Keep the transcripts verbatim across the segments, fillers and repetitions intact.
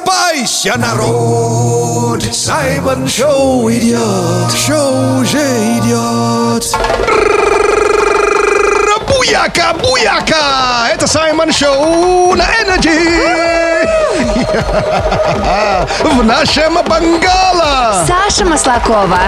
Просыпайся, народ! Саймон Шоу идет! Шоу уже идет! Буяка, буяка! Это Саймон Шоу на Energy! В нашем бангало! Саша Маслакова.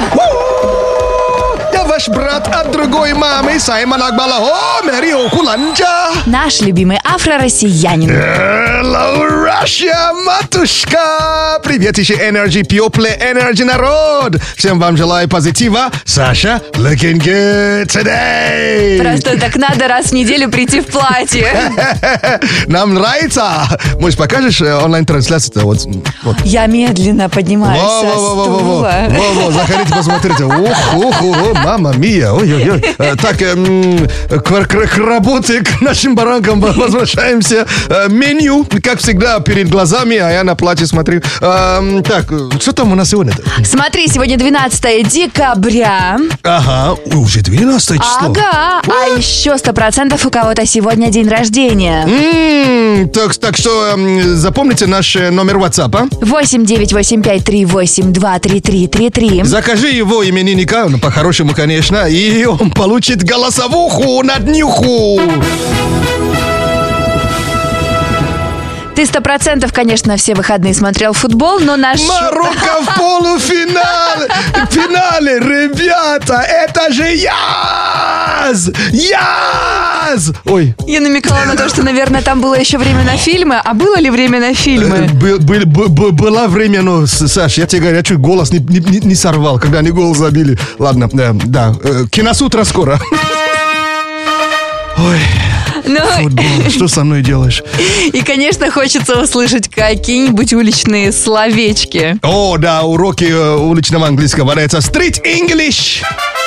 Я ваш брат от другой мамы, Саймон Акбалао, Мэрио Куланджа. Наш любимый афро-россиянин. Hello, Russia, матушка! Привет еще Energy People, Energy народ! Всем вам желаю позитива. Саша, looking good today! Просто так надо раз в неделю прийти в платье. Нам нравится! Может, покажешь онлайн-трансляцию? Вот, вот. Я медленно поднимаюсь со стула. Во-во, заходите, посмотрите. Ух, ух, ух, мама мия. Ой-ой-ой. Так, эм, к, к, к работе, к нашим баранкам возвращаемся. Меню, как всегда, перед глазами, а я на платье смотрю. Эм, так, что там у нас сегодня-то? Смотри, сегодня двенадцатое декабря. Ага, уже двенадцатое число. Ага, а еще сто процентов у кого-то сегодня день рождения. М-м, так, так что эм, запомните наш номер WhatsApp. восемь девять восемь пять три восемь два три три три три. Закажи его именинника, ну, по-хорошему, конечно, и он получит голосовуху на днюху. Ты сто процентов, конечно, все выходные смотрел футбол, но наш... Марокко в полуфинале! В финале, ребята, это же яз! Яз! Ой. Я намекала на то, что, наверное, там было еще время на фильмы. А было ли время на фильмы? Был, был, был, было время, но, Саш, я тебе говорю, я чуть голос не, не, не сорвал, когда они гол забили. Ладно, да, да. Киносутро скоро. Ой. Ну, футбол, что со мной делаешь? И, конечно, хочется услышать какие-нибудь уличные словечки. О, да, уроки э, уличного английского. Это Street English.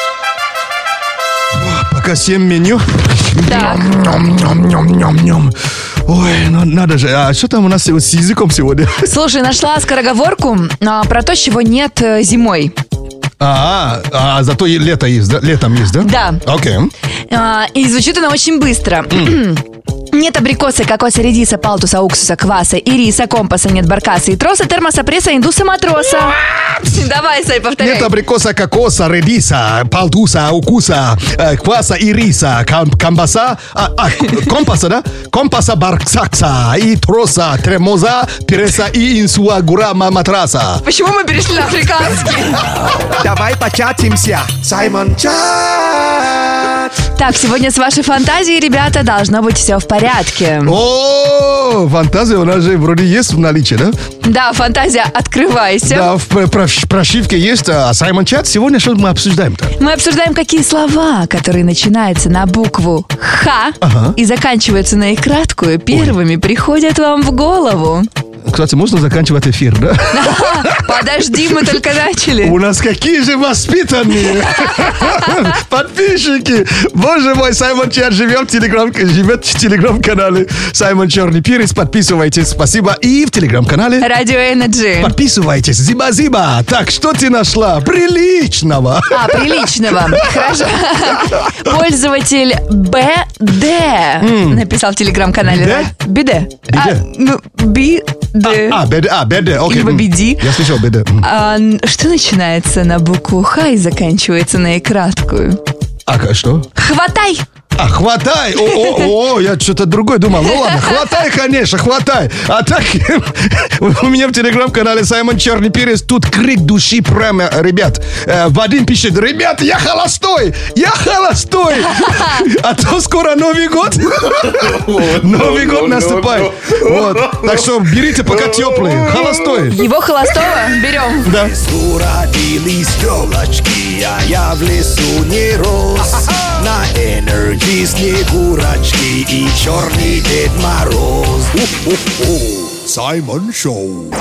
О, пока семь меню. Так. Ням-ням-ням-ням-ням. Ой, ну надо же. А что там у нас с языком сегодня? Слушай, нашла скороговорку а, про то, чего нет э, зимой. А, а зато и лето есть, да? Летом есть, да? Да. Окей. А, и звучит она очень быстро. Нет абрикоса, кокоса, редиса, палтуса, уксуса, кваса, ириса, компаса, нет баркаса и троса, термоса, пресса, индуса, матроса. Давай, Сай, повторяй. Нет абрикоса, кокоса, редиса, палтуса, укуса, э, кваса, ириса, кам, камбаса, а, а, компаса, да? Компаса, барксакса, и троса, тремоза, переса и инсуагура, матраса. Почему мы перешли на африканский? Давай початимся. Саймон Чат. Так, сегодня с вашей фантазией, ребята, должно быть все в порядке. О, фантазия у нас же вроде есть в наличии, да? Да, фантазия, открывайся. Да, в прош- прошивке есть. А Саймон Чат, сегодня что мы обсуждаем-то? Мы обсуждаем, какие слова, которые начинаются на букву Х Ага. и заканчиваются на их краткую, первыми приходят вам в голову. Кстати, можно заканчивать эфир, да? Подожди, мы только начали. У нас какие же воспитанные подписчики. Боже мой, Саймон Чат живет в, телеграм, живет в телеграм-канале Саймон Черный Перец. Подписывайтесь, спасибо. И в телеграм-канале Радио Energy. подписывайтесь. Зиба-зиба. Так, что ты нашла? Приличного. А, приличного. Хорошо. Пользователь БД написал в телеграм-канале. БД? А, ну, БД. А, БД, а, БД, окей. Или БД. Я слышал БД. А, что начинается на букву Х и заканчивается на и краткую? А, что? Хватай! А, хватай! О, о, о, я что-то другое думал. Ну ладно, хватай, конечно, хватай. А так, у меня в телеграм-канале Саймон Черный Перец, тут крик души прямо, ребят. Э, Вадим пишет: ребят, я холостой! Я холостой! А то скоро Новый год. Новый год наступает. Вот. Так что берите пока теплые. Холостой. Его холостого берем. Да. Уродились елочки, а я в лесу не рос. На Energy снегурочки и черный Дед Мороз. У-ху-ху. Саймон Шоу.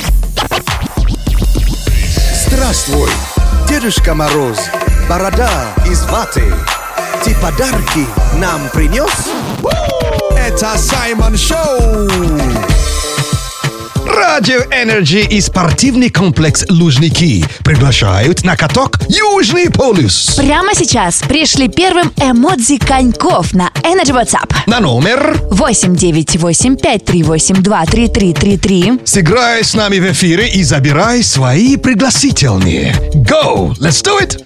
Здравствуй, Дедушка Мороз. Борода из ваты. Ты подарки нам принес? Это Саймон Шоу. Радио Energy и спортивный комплекс Лужники приглашают на каток Южный полюс. Прямо сейчас пришли первым эмодзи коньков на Energy WhatsApp. На номер восемь девять восемь пять три восемь два три три три три. сыграй с нами в эфире и забирай свои пригласительные. Go! Let's do it!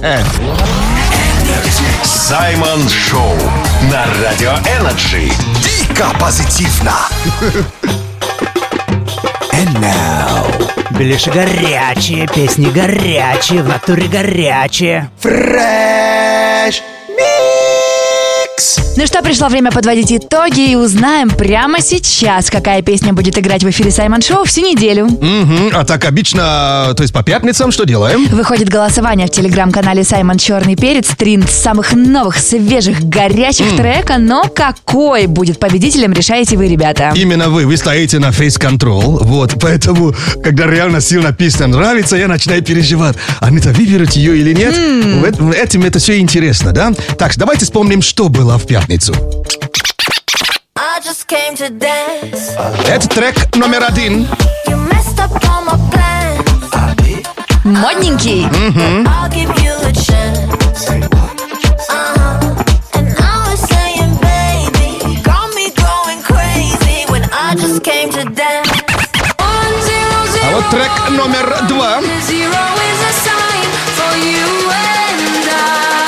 Саймон Шоу на Радио Энерджи. Дико позитивно. And now. Беляши горячие, песни горячие, в натуре горячие. Fresh Mix. Ну что, пришло время подводить итоги и узнаем прямо сейчас, какая песня будет играть в эфире Саймон Шоу всю неделю. Мгм. А так обычно, то есть по пятницам что делаем? Выходит голосование в телеграм-канале Саймон Черный Перец. Три самых новых, свежих, горячих трека. Но какой будет победителем, решаете вы, ребята. Именно вы, вы стоите на фейс-контрол. Вот, поэтому, когда реально сильно песня нравится, я начинаю переживать. Анита, выберете ее или нет? В эт- в Этим это все интересно, да? Так, давайте вспомним, что было в пятницу. I just came to dance. Это трек номер один. You messed up all my plans. Модненький. I'll give you a chance. Uh-huh. And I was saying, baby, got me going crazy when I just came to dance. One zero zero. А вот трек номер два. Zero is a sign for you and I.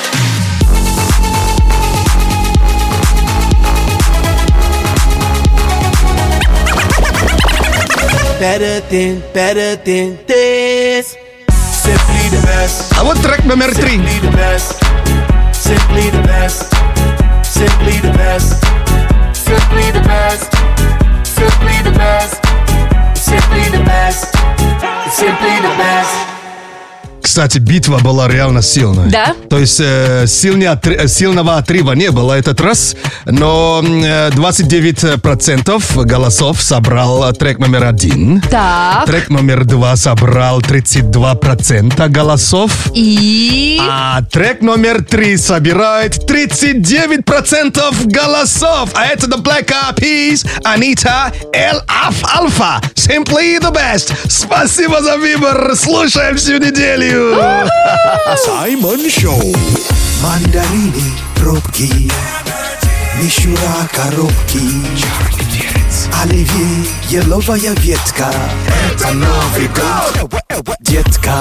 Better than, better than this. Simply the best. А вот трек номер три. Simply the best. Simply the best. Simply the best. Simply the best. Simply the best. Simply the best. Simply the best. Кстати, битва была реально сильная. Да? То есть э, сильнее отри- сильного отрыва не было этот раз, но э, двадцать девять процентов голосов собрал трек номер один. Так. Трек номер два собрал тридцать два процента голосов. И... А трек номер три собирает тридцать девять процентов голосов. А это The Black Eyed Peas, Анита, El Alfa. Simply the best. Спасибо за выбор. Слушаем всю неделю. Саймон Шоу. Мандарины, пробки, мишура, коробки, оливье, еловая ветка. Это Новый год, детка.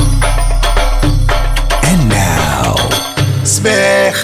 And now. Смех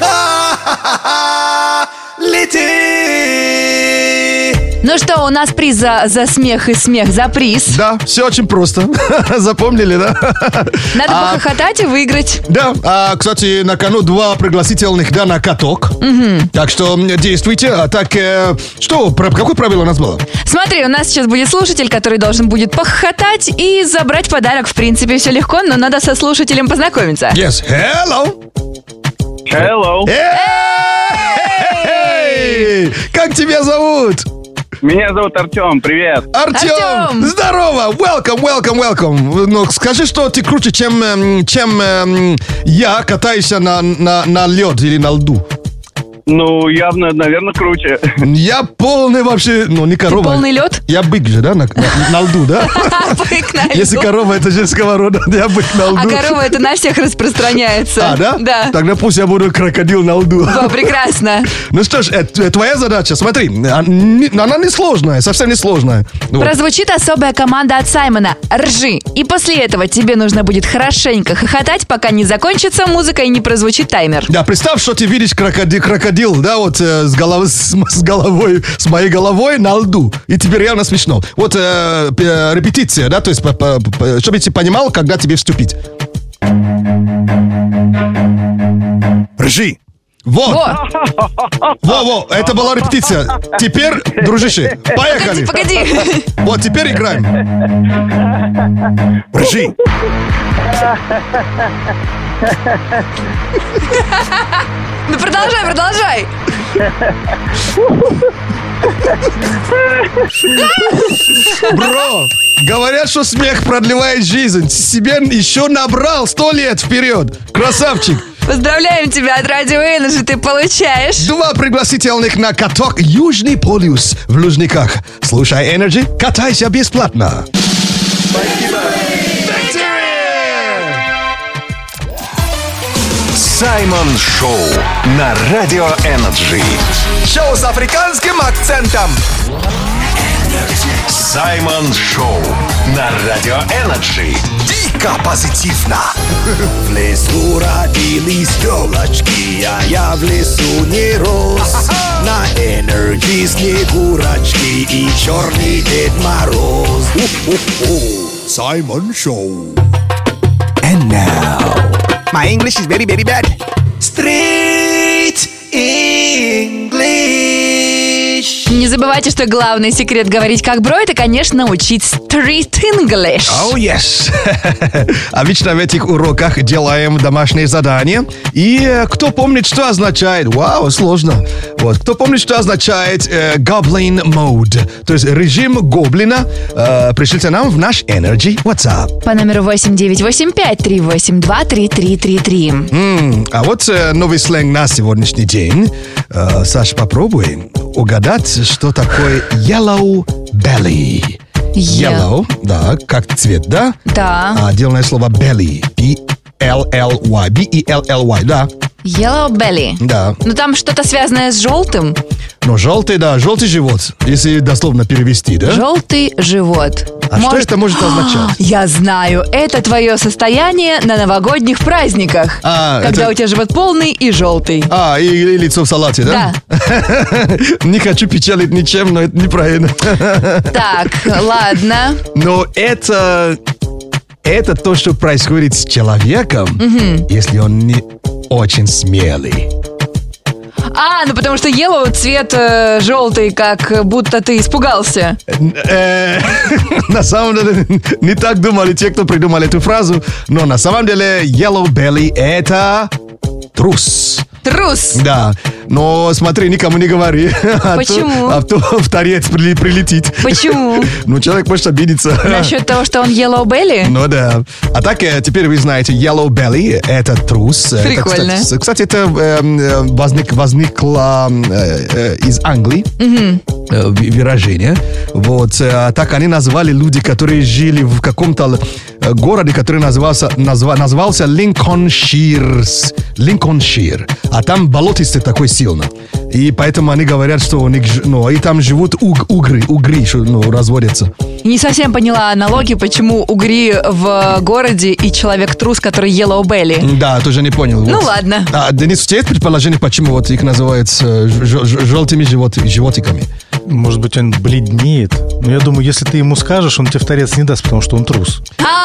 лети. Ну что, у нас приз за, за смех и смех, за приз. Да, все очень просто. Запомнили, да? Надо А, похохотать и выиграть. Да, а, кстати, на кону два пригласительных, да, на каток. Так что м, действуйте. А так, э, что, про- какое правило у нас было? Смотри, у нас сейчас будет слушатель, который должен будет похохотать и забрать подарок. В принципе, все легко, но надо со слушателем познакомиться. Yes, hello. Hello. Эй! Как тебя зовут? Меня зовут Артем, привет. Артем! Артем! Здорово! Welcome, welcome, welcome. Ну, скажи, что ты круче, чем, эм, чем эм, я катаюсь на, на, на лед или на льду. Ну, явно, наверное, круче. Я полный вообще, ну, не корова. полный лед? Я бык же, да, на, на- на льду, да? Бык на Если льду. корова это женского рода, я бык на льду. А корова это на всех распространяется. А, да? Да. Тогда пусть я буду крокодил на льду. О, прекрасно. Ну что ж, это твоя задача, смотри, а, не- она не сложная, совсем не сложная. Вот. Прозвучит особая команда от Саймона «Ржи». И после этого тебе нужно будет хорошенько хохотать, пока не закончится музыка и не прозвучит таймер. Да, представь, что ты видишь крокодил, крокодил, да, вот э, с, головы, с, с головой, с моей головой на льду. И тебе реально смешно. Вот э, э, репетиция, да, то есть, по- по- по- чтобы ты понимал, когда тебе вступить. Ржи. Вот. О, Во, во, это была репетиция. Теперь, дружище, поехали. погоди, погоди. Вот, теперь играем. Ржи. Ну продолжай, продолжай. Бро, говорят, что смех продлевает жизнь. Себе еще набрал сто лет вперед. Красавчик. Поздравляем тебя от Радио Energy, ты получаешь. Два пригласительных на каток Южный полюс в Лужниках. Слушай Energy, катайся бесплатно. Саймон Шоу на Радио Энерджи. Шоу с африканским акцентом. Саймон Шоу на Радио Энерджи. Дико позитивно. В лесу родились елочки, а я в лесу не рос. На Энерджи снегурочки и черный Дед Мороз. Саймон Шоу. And now, my English is very, very bad. Street English. Не забывайте, что главный секрет говорить как бро, это, конечно, учить Street English. Oh, yes. Обычно в этих уроках делаем домашние задания. И э, кто помнит, что означает... Вау, сложно. Вот. Кто помнит, что означает э, Goblin Mode, то есть режим гоблина, э, пришлите нам в наш Energy WhatsApp. По номеру восемь девять восемь пять три восемь два три три три три. М, А вот э, новый сленг на сегодняшний день. Э, Саш, попробуй угадать, что такое yellow belly. Yellow, да, как цвет, да? Да. А отдельное слово belly. B L L Y. B E L L Y, да. Yellow belly. Да. Ну там что-то связанное с желтым. Но желтый, да, желтый живот, если дословно перевести, да? Желтый живот. А что это может означать? Я знаю, это твое состояние на новогодних праздниках. А, когда это- у тебя живот полный и желтый. А, и, и лицо в салате, да? Не хочу печалить ничем, но это неправильно. Так, ладно. Но это... Это то, что происходит с человеком, если он не очень смелый. А, ну потому что yellow цвет э, желтый, как будто ты испугался. Э, На самом деле, не так думали те, кто придумали эту фразу, но на самом деле yellow belly — это трус. Трус. Да, но смотри, никому не говори. А то- Почему? А то в торец прили- прилетит. Почему? Ну, человек может обидеться. Насчет того, что он yellow belly? Ну да. А так, э, теперь вы знаете, yellow belly — это трус. Это, Прикольно. кстати, кстати, это э, э, возник, возникло э, э, из Англии. э, ви- выражение. Вот. э, А так они назвали люди, которые жили в каком-то э, городе, который назывался, назва- назывался Линкольнширс. Линкольншир. А там болотистый такой сильно. И поэтому они говорят, что у них, ж- ну, и там живут уг- угры, угри, что, ну, разводятся. Не совсем поняла аналогию, почему угри в городе и человек-трус, который yellow belly. Да, тоже не понял. Ну вот. ладно. А, Денис, у тебя есть предположение, почему вот их называют э, ж- ж- желтыми живот- животиками? Может быть, он бледнеет. Но я думаю, если ты ему скажешь, он тебе в торец не даст, потому что он трус.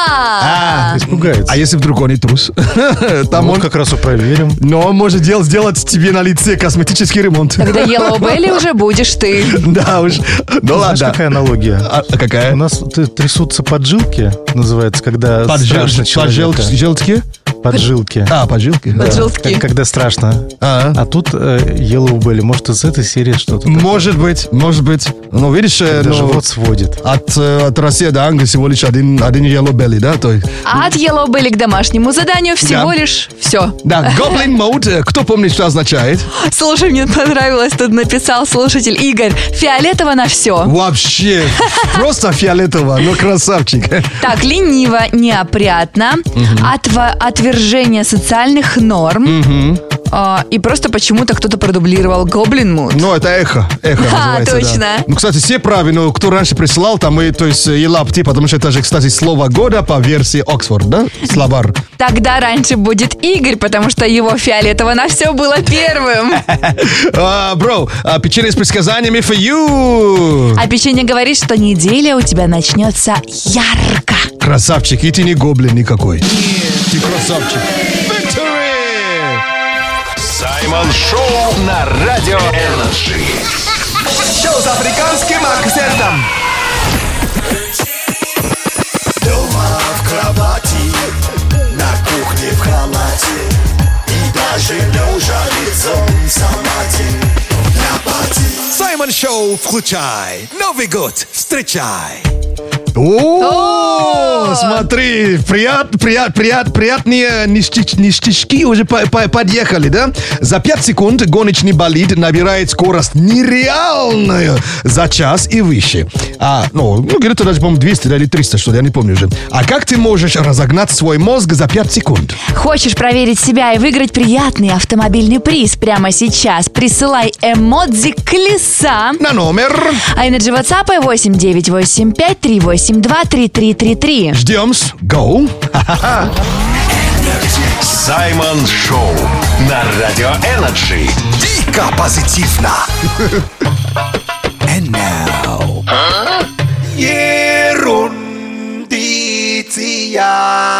А, Испугается. А если вдруг он и трус? Там Вот он... как раз и проверим. Но он может дел- сделать тебе на лице косметический ремонт. тогда yellow belly уже будешь ты. Да уж. Ну Знаешь, ладно. какая аналогия? А, а какая? У нас т- трясутся поджилки, называется, когда Поджел- страшно человека. поджел- желтки? Поджилки. А, поджилки. Да, Поджилки. как- когда страшно. А. А тут э, Yellow Belly. Может, из этой серии что-то. Может быть, может быть. Ну, видишь, э, Даже ну, вот сводит. от, э, от России до Англии всего лишь один, один yellow belly, да? То есть, А от yellow belly к домашнему заданию всего Да. лишь все. да, goblin mode, э, кто помнит, что означает? Слушай, мне понравилось, тут написал слушатель Игорь. Фиолетово на все. Вообще, просто фиолетово, ну красавчик. Так, лениво, неопрятно, отва- отвержение социальных норм. А, и просто почему-то кто-то продублировал Goblin Mood. Ну, это эхо, эхо А, называется. да. точно. Ну, кстати, все правильно, ну, кто раньше присылал, там и, то есть, и лапти, потому что это же, кстати, слово года по версии Оксфорд, да? Словарь. Тогда раньше будет Игорь, потому что его фиолетово на все было первым. А, бро, а, печенье с предсказаниями for you. А печенье говорит, что неделя у тебя начнется ярко. Красавчик, и ты не гоблин никакой. Ты красавчик. Victory! Саймон Шоу на Радио Энерджи. Шоу с африканским акцентом. Дома в кровати, на кухне в халате, и даже лежа лицом самоте. На пати. Саймон Шоу, включай. Новый год встречай. О, смотри, прият, прият, прият, приятные ништяч- ништячки уже по- по- подъехали, да? За пять секунд гоночный болид набирает скорость нереальную за час и выше. А, ну, ну где-то даже, по-моему, двести или триста, что ли, я не помню уже. А как ты можешь разогнать свой мозг за пять секунд? Хочешь проверить себя и выиграть приятный автомобильный приз прямо сейчас? Присылай эмодзи колеса На номер. а Energy WhatsApp восемь девять восемь пять три восемь два три три три три. Ждем-с. Go. Саймон Шоу на Радио Энерджи. Дико позитивно. And now. Ерундиция.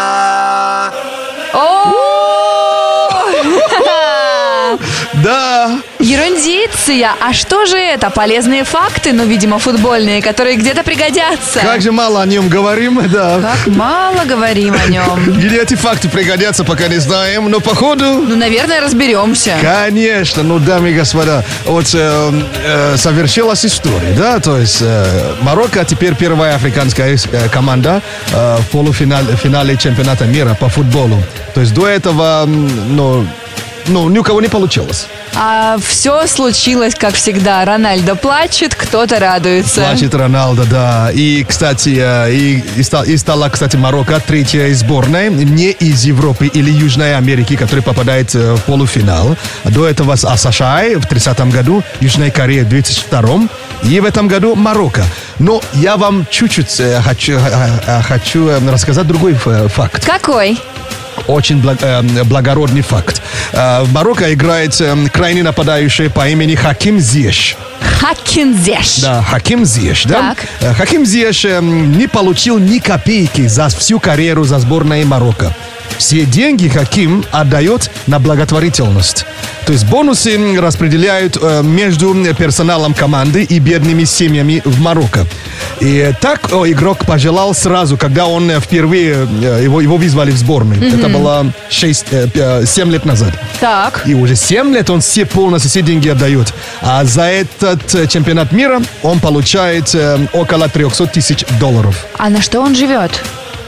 Да. Ерундиция. А что же это? Полезные факты, ну, видимо, футбольные, которые где-то пригодятся. Как же мало о нем говорим, да. Как мало говорим о нем. Где эти факты пригодятся, пока не знаем. Но походу... Ну, наверное, разберемся. Конечно, ну, дамы и господа, вот э, э, совершилась история, да, то есть э, Марокко теперь первая африканская э, команда э, в полуфинале финале чемпионата мира по футболу. То есть до этого, м, ну, ну, ни у кого не получилось. А все случилось, как всегда. Рональдо плачет, кто-то радуется. Плачет Роналдо, да. И, кстати, э, и, и, стал- и стала, кстати, Марокко третьей сборной не из Европы или Южной Америки, которая попадает э, в полуфинал. До этого с- а США в тридцатом году, Южная Корея в двадцать втором и в этом году Марокко. Но я вам чуть-чуть э, хочу, э, э, хочу э, рассказать другой ф- факт. Какой? Очень благ- э, благородный факт. Э, в Марокко играет э, крайний нападающий по имени Хаким Зiyech. Хакинзеш. Да, Хаким Зiyech, да? Так. Э, Хаким Зiyech э, не получил ни копейки за всю карьеру за сборной Марокко. Все деньги Хаким отдает на благотворительность. То есть бонусы м, распределяют э, между персоналом команды и бедными семьями в Марокко. И э, так о, игрок пожелал сразу, когда он э, впервые э, его, его вызвали в сборную. Это было шесть, э, пя- семь лет назад. Так. И уже семь лет он все полностью все деньги отдает. А за этот э, чемпионат мира он получает э, около триста тысяч долларов. А на что он живет?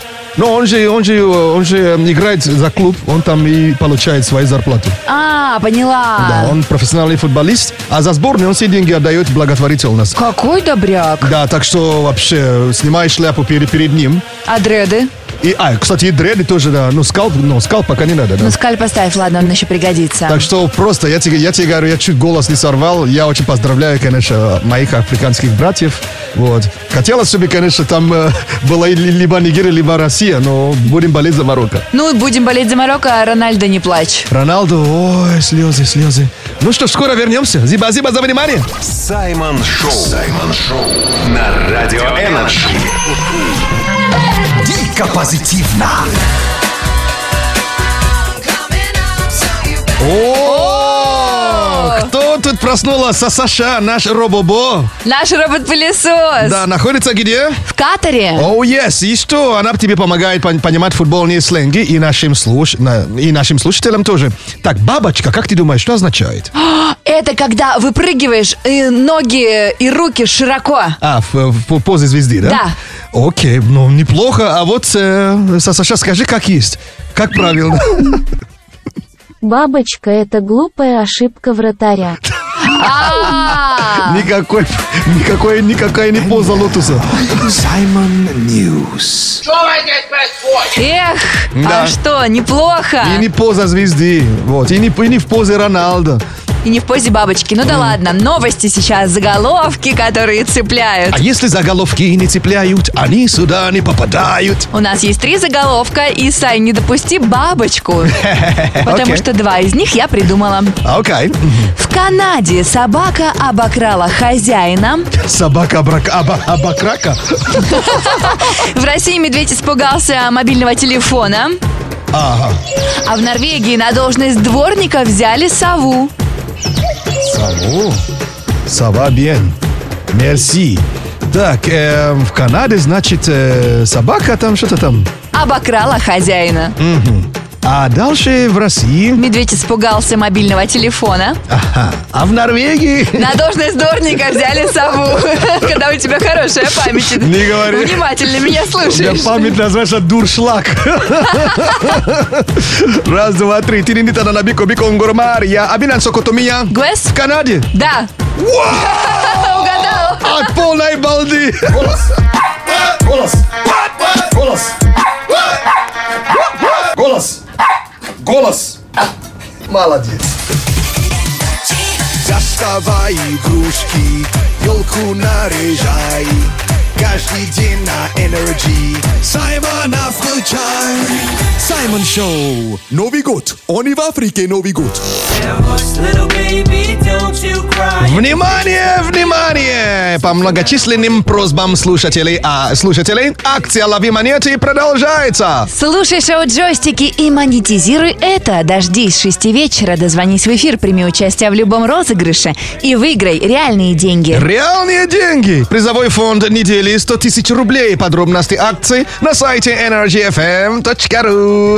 Но он же, он же, он же играет за клуб, он там и получает свою зарплату. А, поняла. Да, он профессиональный футболист, а за сборную он все деньги отдает в благотворительность. Какой добряк. Да, так что вообще снимай шляпу перед, перед ним. А дреды? И, а, кстати, и дреды тоже, да. Ну, скалп, ну, скалп пока не надо, да. Ну, скаль поставь, ладно, он еще пригодится. Так что просто, я тебе, я тебе говорю, я чуть голос не сорвал. Я очень поздравляю, конечно, моих африканских братьев. Вот. Хотелось, чтобы, конечно, там э, была ли- либо Нигерия, либо Россия, но будем болеть за Марокко. Ну, будем болеть за Марокко, а Рональдо не плачь. Роналду, ой, слезы, слезы. Ну что ж, скоро вернемся. Спасибо за внимание. Саймон Шоу. Саймон Шоу на Радио Энерджи. Дико позитивно. О, кто тут проснулся? Саша, наш робобо. Наш робот-пылесос. Да, находится где? В Катаре. О, yes. И что? Она тебе помогает пон- понимать футбольные сленги и нашим, слуш... на- и нашим слушателям тоже. Так, бабочка, как ты думаешь, что означает? Это когда выпрыгиваешь, и ноги и руки широко. А, в, в позе звезды, да? Да. Окей, ну неплохо. А вот, э, Саша, скажи, как есть. Как правильно? Бабочка – это глупая ошибка вратаря. А, Никакой, никакой, никакая не поза лотуса. Саймон Ньюс. Эх, Да. а что, неплохо. И не поза звезды. Вот. И не, и не в позе Роналдо. И не в позе бабочки. Ну да ладно, новости сейчас, заголовки, которые цепляют. А если заголовки не цепляют, они сюда не попадают. У нас есть три заголовка, и, Сай, не допусти бабочку. Потому Окей. что два из них я придумала. Окей. В Канаде собака обокрала хозяина. Собака абрака, аба, абакрака. В России медведь испугался мобильного телефона. Ага. А в Норвегии на должность дворника взяли сову. Сову. Сова бен. Мерси. Так, э, в Канаде, значит, э, собака там что-то там. Обокрала хозяина. А дальше в России. Медведь испугался мобильного телефона. Ага. А в Норвегии. На должность дворника взяли сову. Когда у тебя хорошая память. Не говори. Внимательно меня У меня слушаешь. память называется дуршлаг. Раз, два, три. Тиринитана на бико бико унгурмар. Я Абинан Сокотомия. Гвес? В Канаде. Да. Угадал. От полной балды. Голос. Голос. Голос. Голос. Голос. Молодец. Доставай игрушки, елку наряжай. Каждый день на Energy Саймона включай. Саймон Шоу. Новый год. Он и в Африке Новый год. Внимание, внимание! По многочисленным просьбам слушателей, а слушателей, акция «Лови монеты» продолжается. Слушай шоу «Джойстики» и монетизируй это. Дождись с шести вечера, дозвонись в эфир, прими участие в любом розыгрыше и выиграй реальные деньги. Реальные деньги. Призовой фонд недели сто тысяч рублей. Подробности акции на сайте энерджи эф эм точка ру.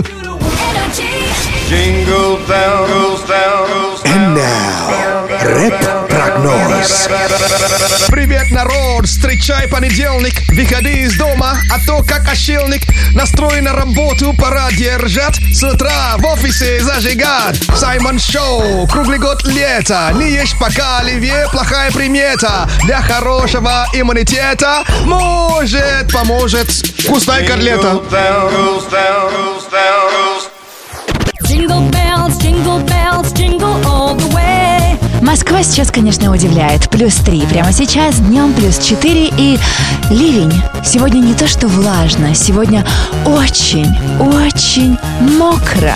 Jingle bells, bells, And now, рэп-прогноз. Привет, народ! Встречай понедельник, выходи из дома, а то как ошельник. Настрой на работу, пора держать. С утра в офисе зажигать. Саймон Шоу, круглый год лето. Не ешь пока оливье, плохая примета. Для хорошего иммунитета может, поможет вкусная котлета. bells, bells, bells. Jingle bells, jingle bells, jingle all the way. Москва сейчас, конечно, удивляет. Плюс три. Прямо сейчас днем плюс четыре и ливень. Сегодня не то что влажно, сегодня очень, очень мокро.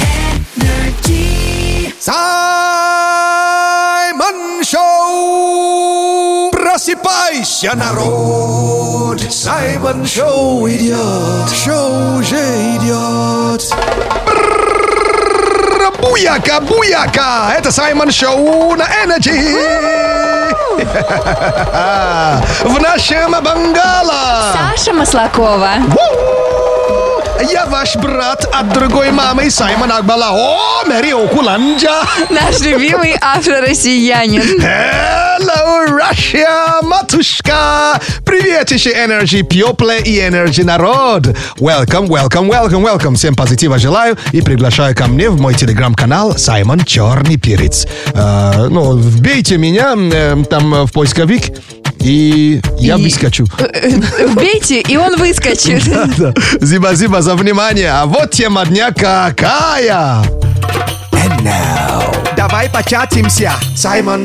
Саймон Шоу. Просыпайся, народ. Саймон Шоу идет. Шоу уже идет. Буяка, буяка! Это Саймон Шоу на Energy. В нашем бангало. Саша Маслакова. Я ваш брат от другой мамы Саймон Акбала. О, Мэрио Куланджа. Наш любимый афро-россиянин. Hello, Russia, матушка. Привет еще Energy People и Energy народ. Welcome, welcome, welcome, welcome. Всем позитива желаю и приглашаю ко мне в мой телеграм-канал Саймон Черный Перец. Э, ну, вбейте меня э, там в поисковик. И я И- выскочу. Вбейте, и он выскочит. Да. Спасибо за внимание. А вот тема дня какая? And now, давай початимся. Саймон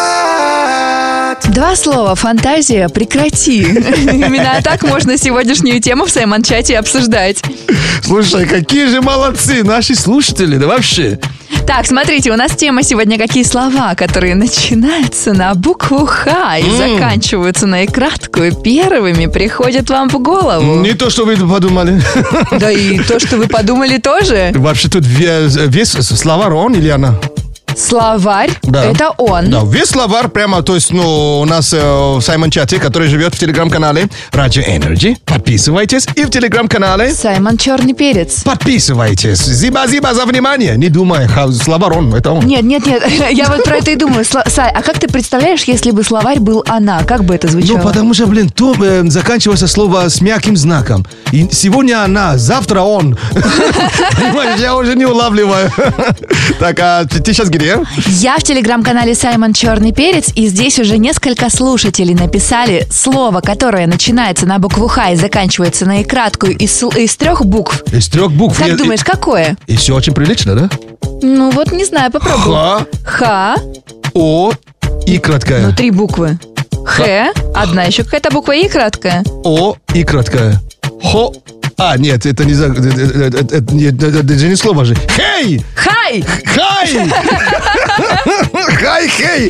Чат. Два слова. Фантазия. Прекрати. Именно так можно сегодняшнюю тему в Саймон-чате обсуждать. Слушай, какие же молодцы наши слушатели, да вообще. Так, смотрите, у нас тема сегодня какие слова, которые начинаются на букву Х и М. заканчиваются на и краткую, первыми приходят вам в голову. Не то, что вы подумали. Да и то, что вы подумали тоже. Вообще тут весь, весь словарь он или она? Словарь, Да. это он. Да, весь словарь прямо, то есть, ну, у нас э, в Саймон Чате, который живет в телеграм-канале Radio Energy. Подписывайтесь. И в телеграм-канале Саймон Черный Перец. подписывайтесь. Зиба-зиба за внимание. Не думай, ха- словарь он, это он. Нет, нет, нет, я вот про это и думаю. Сла- Сай, а как ты представляешь, если бы словарь был она? Как бы это звучало? Ну, потому что, блин, то э, заканчивается слово с мягким знаком. И сегодня она, завтра он. Понимаешь, я уже не улавливаю. Так, а ты ты сейчас где? Я в телеграм-канале Саймон Черный Перец, и здесь уже несколько слушателей написали слово, которое начинается на букву Х и заканчивается на и краткую из, сл- из трех букв. Из трех букв. Как И- думаешь, какое? И все очень прилично, да? Ну вот не знаю, попробуй. Ха, Х, О и краткая. ну три буквы. Х, одна еще какая-то буква и краткая. О и краткая. Хо. А, нет, это не за... Это, это- это- это- нет, это- это же не слово же. Хей! Хай! Хай! Хай, хей!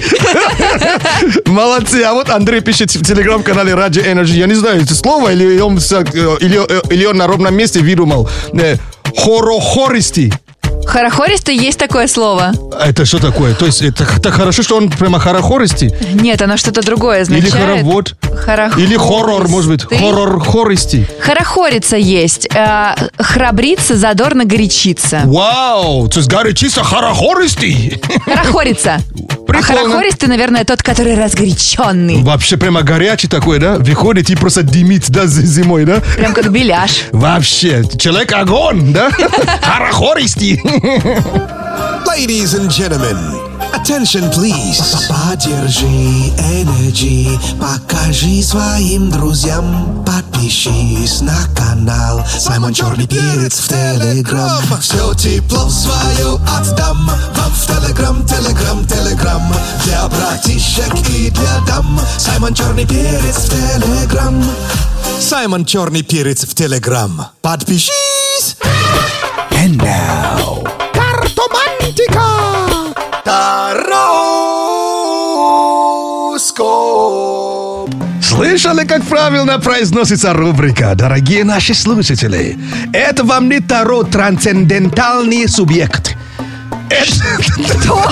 Молодцы. А вот Андрей пишет в телеграм-канале Radio Energy. Я не знаю, это слово или он, с- или, или он на ровном месте выдумал. Э, Хорохористи. Хорохористый есть такое слово. Это что такое? То есть это так хорошо, что он прямо хорохористый? Нет, оно что-то другое означает. Или хоровод? Хорохористый. Или хоррор, может быть. Хоррор-хористый. Хорохориться есть. Э, храбриться, задорно горячиться. Вау! То есть горячиться хорохористый? Хорохориться. А хорохористый, наверное, тот, который разгоряченный. Вообще прямо горячий такой, да? Выходит и просто дымит, да, зимой, да? Прям как беляш. Вообще, человек-огонь, да? Хорохористый. Ladies and gentlemen, attention please. Поддержи Energy, покажи своим друзьям, подпишись на канал Саймон Черный Перец в Телеграм. Все тепло свое отдам вам в Телеграм, Телеграм, Телеграм. Для братишек и для дам Саймон Черный Перец в Телеграм. Саймон Черный Перец в Телеграм. Подпишись. And now, Картомантика. Тароскоп. Слышали, как правильно произносится рубрика, дорогие наши слушатели? Это вам не Таро трансцендентальный субъект. Что?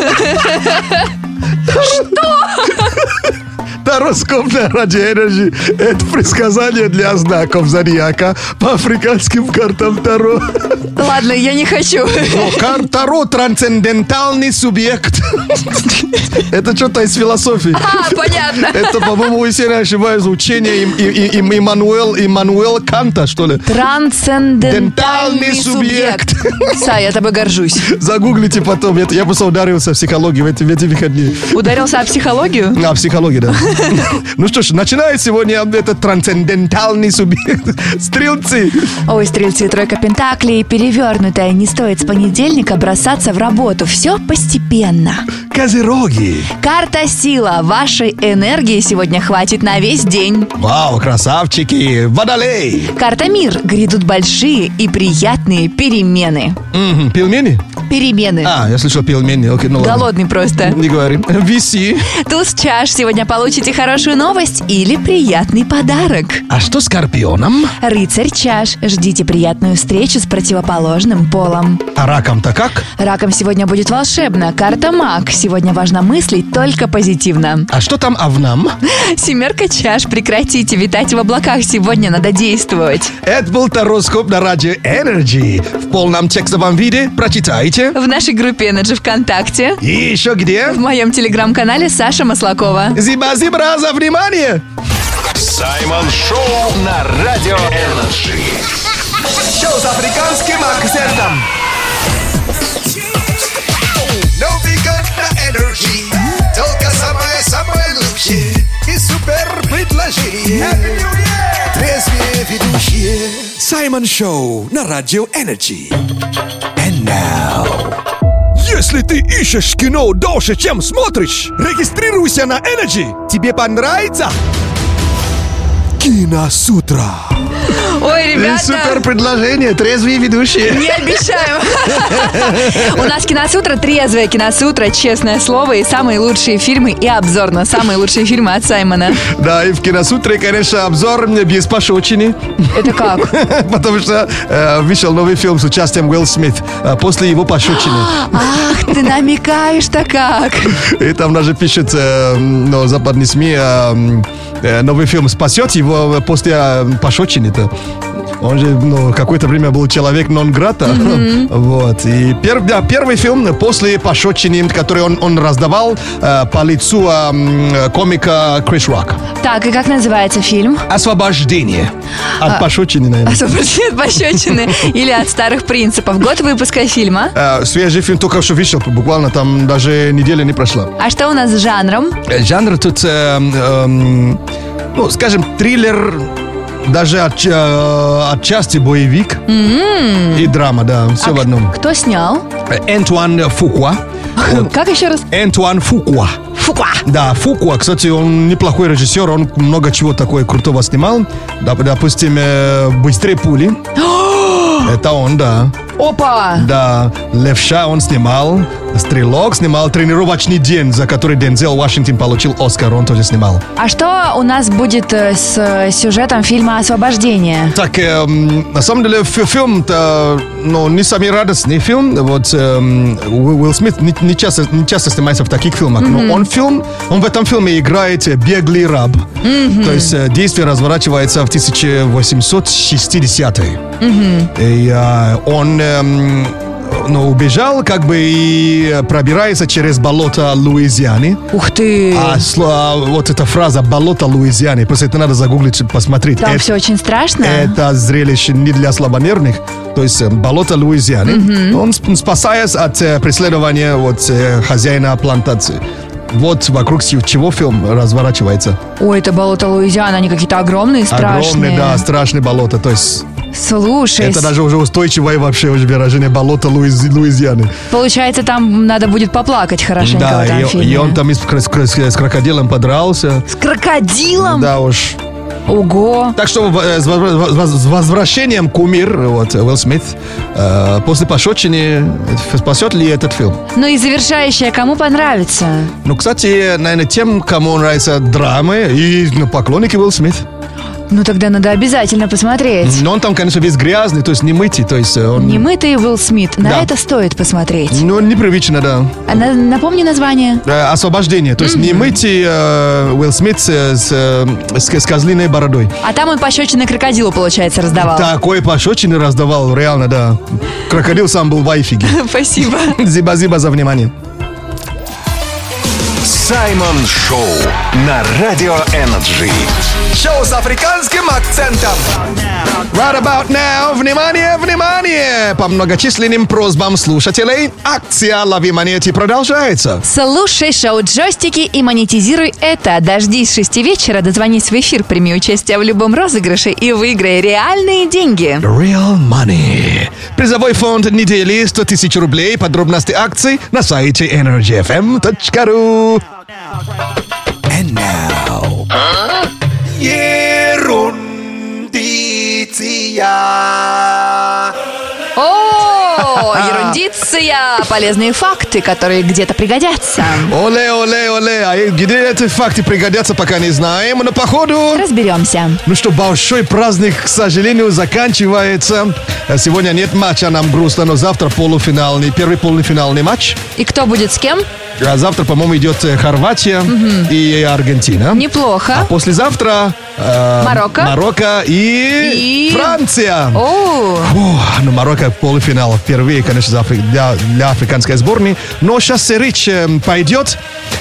Что? Тароскоп на Радио Энерджи – это предсказание для знаков зодиака по африканским картам Таро. Ладно, я не хочу. Но карта Таро – трансцендентальный субъект. Это что-то из философии. А, понятно. Это, по-моему, если я не ошибаюсь, учение им, им, им, Иммануэл, Иммануэл Канта, что ли? Трансцендентальный субъект. Сай, я тобой горжусь. Загуглите потом. Я, я просто ударился в психологию в эти, в эти выходные. Ударился о психологию? А, психологию, да. Ну что ж, начинает сегодня этот трансцендентальный субъект. Стрелцы. Ой, стрельцы, тройка пентаклей, перевернутая. Не стоит с понедельника бросаться в работу. Все постепенно. Козероги. Карта сила. Вашей энергии сегодня хватит на весь день. Вау, красавчики. Водолей. Карта мир. Грядут большие и приятные перемены. Угу. Пельмени? Перемены. А, я слышал пельмени. Окей, ну ладно. Голодный просто. Не говори. Виси. Туз чаш. Сегодня получите хорошую новость или приятный подарок. А что с Скорпионом? Рыцарь чаш. Ждите приятную встречу с противоположным полом. А раком-то как? Раком сегодня будет волшебно. Карта маг. Сегодня важно мыслить только позитивно. А что там овнам? Семерка чаш. Прекратите витать в облаках. Сегодня надо действовать. Это был Тароскоп на Радио Энерджи. В полном текстовом виде прочитайте в нашей группе Energy ВКонтакте. И еще где? В моем телеграм-канале Саша Маслакова. Зиба-зибра за внимание! Саймон Шоу на Радио Энерджи. Шоу с африканским акцентом. Новый год на Energy. Только самое-самое лучшее. И супер предложение. Трезвее ведущие. Саймон Шоу на Радио Энерджи. And now. Если ты ищешь кино дольше, чем смотришь, регистрируйся на Energy. Тебе понравится? Киносутра. Ой, ребята. Супер предложение, трезвые ведущие. Не обещаем. У нас киносутра, трезвая киносутра, честное слово, и самые лучшие фильмы, и обзор на самые лучшие фильмы от Саймона. Да, и в киносутре, конечно, обзор без пошучени. Это как? Потому что э, вышел новый фильм с участием Уилл Смит э, после его пошучени. Ах, ты намекаешь-то как. И там даже пишет э, ну, западные СМИ, э, э, новый фильм спасет его после э, пошучени-то. Он же, ну, какое-то время был человек нон-грата. Mm-hmm. Вот. И пер, да, первый фильм после пошучени, который он, он раздавал э, по лицу э, комика Крис Рок. Так, и как называется фильм? «Освобождение». От а, пошучени, наверное. «Освобождение от пощечины» или «От старых принципов». Год выпуска фильма? Э, свежий фильм только что вышел, буквально там даже неделя не прошла. А что у нас с жанром? Жанр тут, э, э, ну, скажем, триллер... Даже от, э, отчасти боевик mm-hmm. и драма, да, все а в одном. Кто снял? Антуан Фукуа. Вот. Как еще раз? Антуан Фукуа. Фукуа. Да, Фукуа, кстати, он неплохой режиссер, он много чего такое крутого снимал. Допустим, «Быстрее пули». Это он, да. Опа! Да, «Левша» он снимал, «Стрелок» снимал, «Тренировочный день», за который Дензел Вашингтон получил Оскар, он тоже снимал. А что у нас будет э, с э, сюжетом фильма «Освобождение»? Так, эм, на самом деле, фи- фильм-то, ну, не самый радостный фильм. Вот эм, Уилл Уилл Смит не, не часто, не часто снимается в таких фильмах, но он фильм, он в этом фильме играет э, беглый раб. То есть э, действие разворачивается в тысяча восемьсот шестидесятые. И э, он эм, ну, убежал, как бы, и пробирается через болото Луизианы. Ух ты! А, сло- а вот эта фраза «болото Луизианы», просто это надо загуглить, посмотреть. Там Это- все очень страшно. это зрелище не для слабонервных. То есть э, болото Луизианы. Он сп- спасаясь от э, преследования вот, э, хозяина плантации. Вот вокруг с- чего фильм разворачивается. Ой, это болото Луизиана, они какие-то огромные, страшные. Огромное, да, страшное болото. То есть Слушай, это даже уже устойчивое вообще уже выражение болото Луиз- Луизианы. получается, там надо будет поплакать хорошенько в Да, этом и, фильме. и он там и с, кр- с кр- с крокодилом подрался. С крокодилом? Да уж. Ого! Так что э, с воз- воз- с возвращением кумир, вот, Уилл Смит, э, после пошочения, спасет ли этот фильм? Ну и завершающее, кому понравится? Ну, кстати, наверное, тем, кому нравятся драмы и ну, поклонники Уилл Смит. Ну тогда надо обязательно посмотреть. Но он там, конечно, весь грязный, то есть не мытый, то есть он... Немытый Уилл Смит. На Да. это стоит посмотреть. Ну, непривычно, да. А на- напомни название. Э, Освобождение, то есть не мытый э, Уилл Смит с, с, э, с, с козлиной бородой. А там он пощечины крокодилу, получается, раздавал. Такой пощечины раздавал, реально, да. Крокодил сам был в айфиге. Спасибо. Зиба-зиба за внимание. Саймон Шоу на Радио Энерджи. Шоу с африканским акцентом. Right about now, внимание, внимание! По многочисленным просьбам слушателей, акция «Лови монеты» продолжается. Слушай шоу «Джойстики» и монетизируй это. Дождись с шести вечера, дозвонись в эфир, прими участие в любом розыгрыше и выиграй реальные деньги. Real Money. Призовой фонд недели сто тысяч рублей. Подробности акций на сайте энерджи эф эм точка ру. And now. Ерундиция. О, ерундиция! Полезные факты, которые где-то пригодятся. Оле, оле, оле. А где эти факты пригодятся, пока не знаем. Но походу... Разберемся. Ну что, большой праздник, к сожалению, заканчивается. Сегодня нет матча, нам грустно, но завтра полуфинальный, первый полуфинальный матч. И кто будет с кем? А завтра, по-моему, идет э, Хорватия и Аргентина. Неплохо. А послезавтра э, Марокко. Марокко и, И- Франция. О, Фу, ну, Марокко в полуфинал впервые, конечно, за Афри- для, для африканской сборной. Но сейчас речь э, пойдет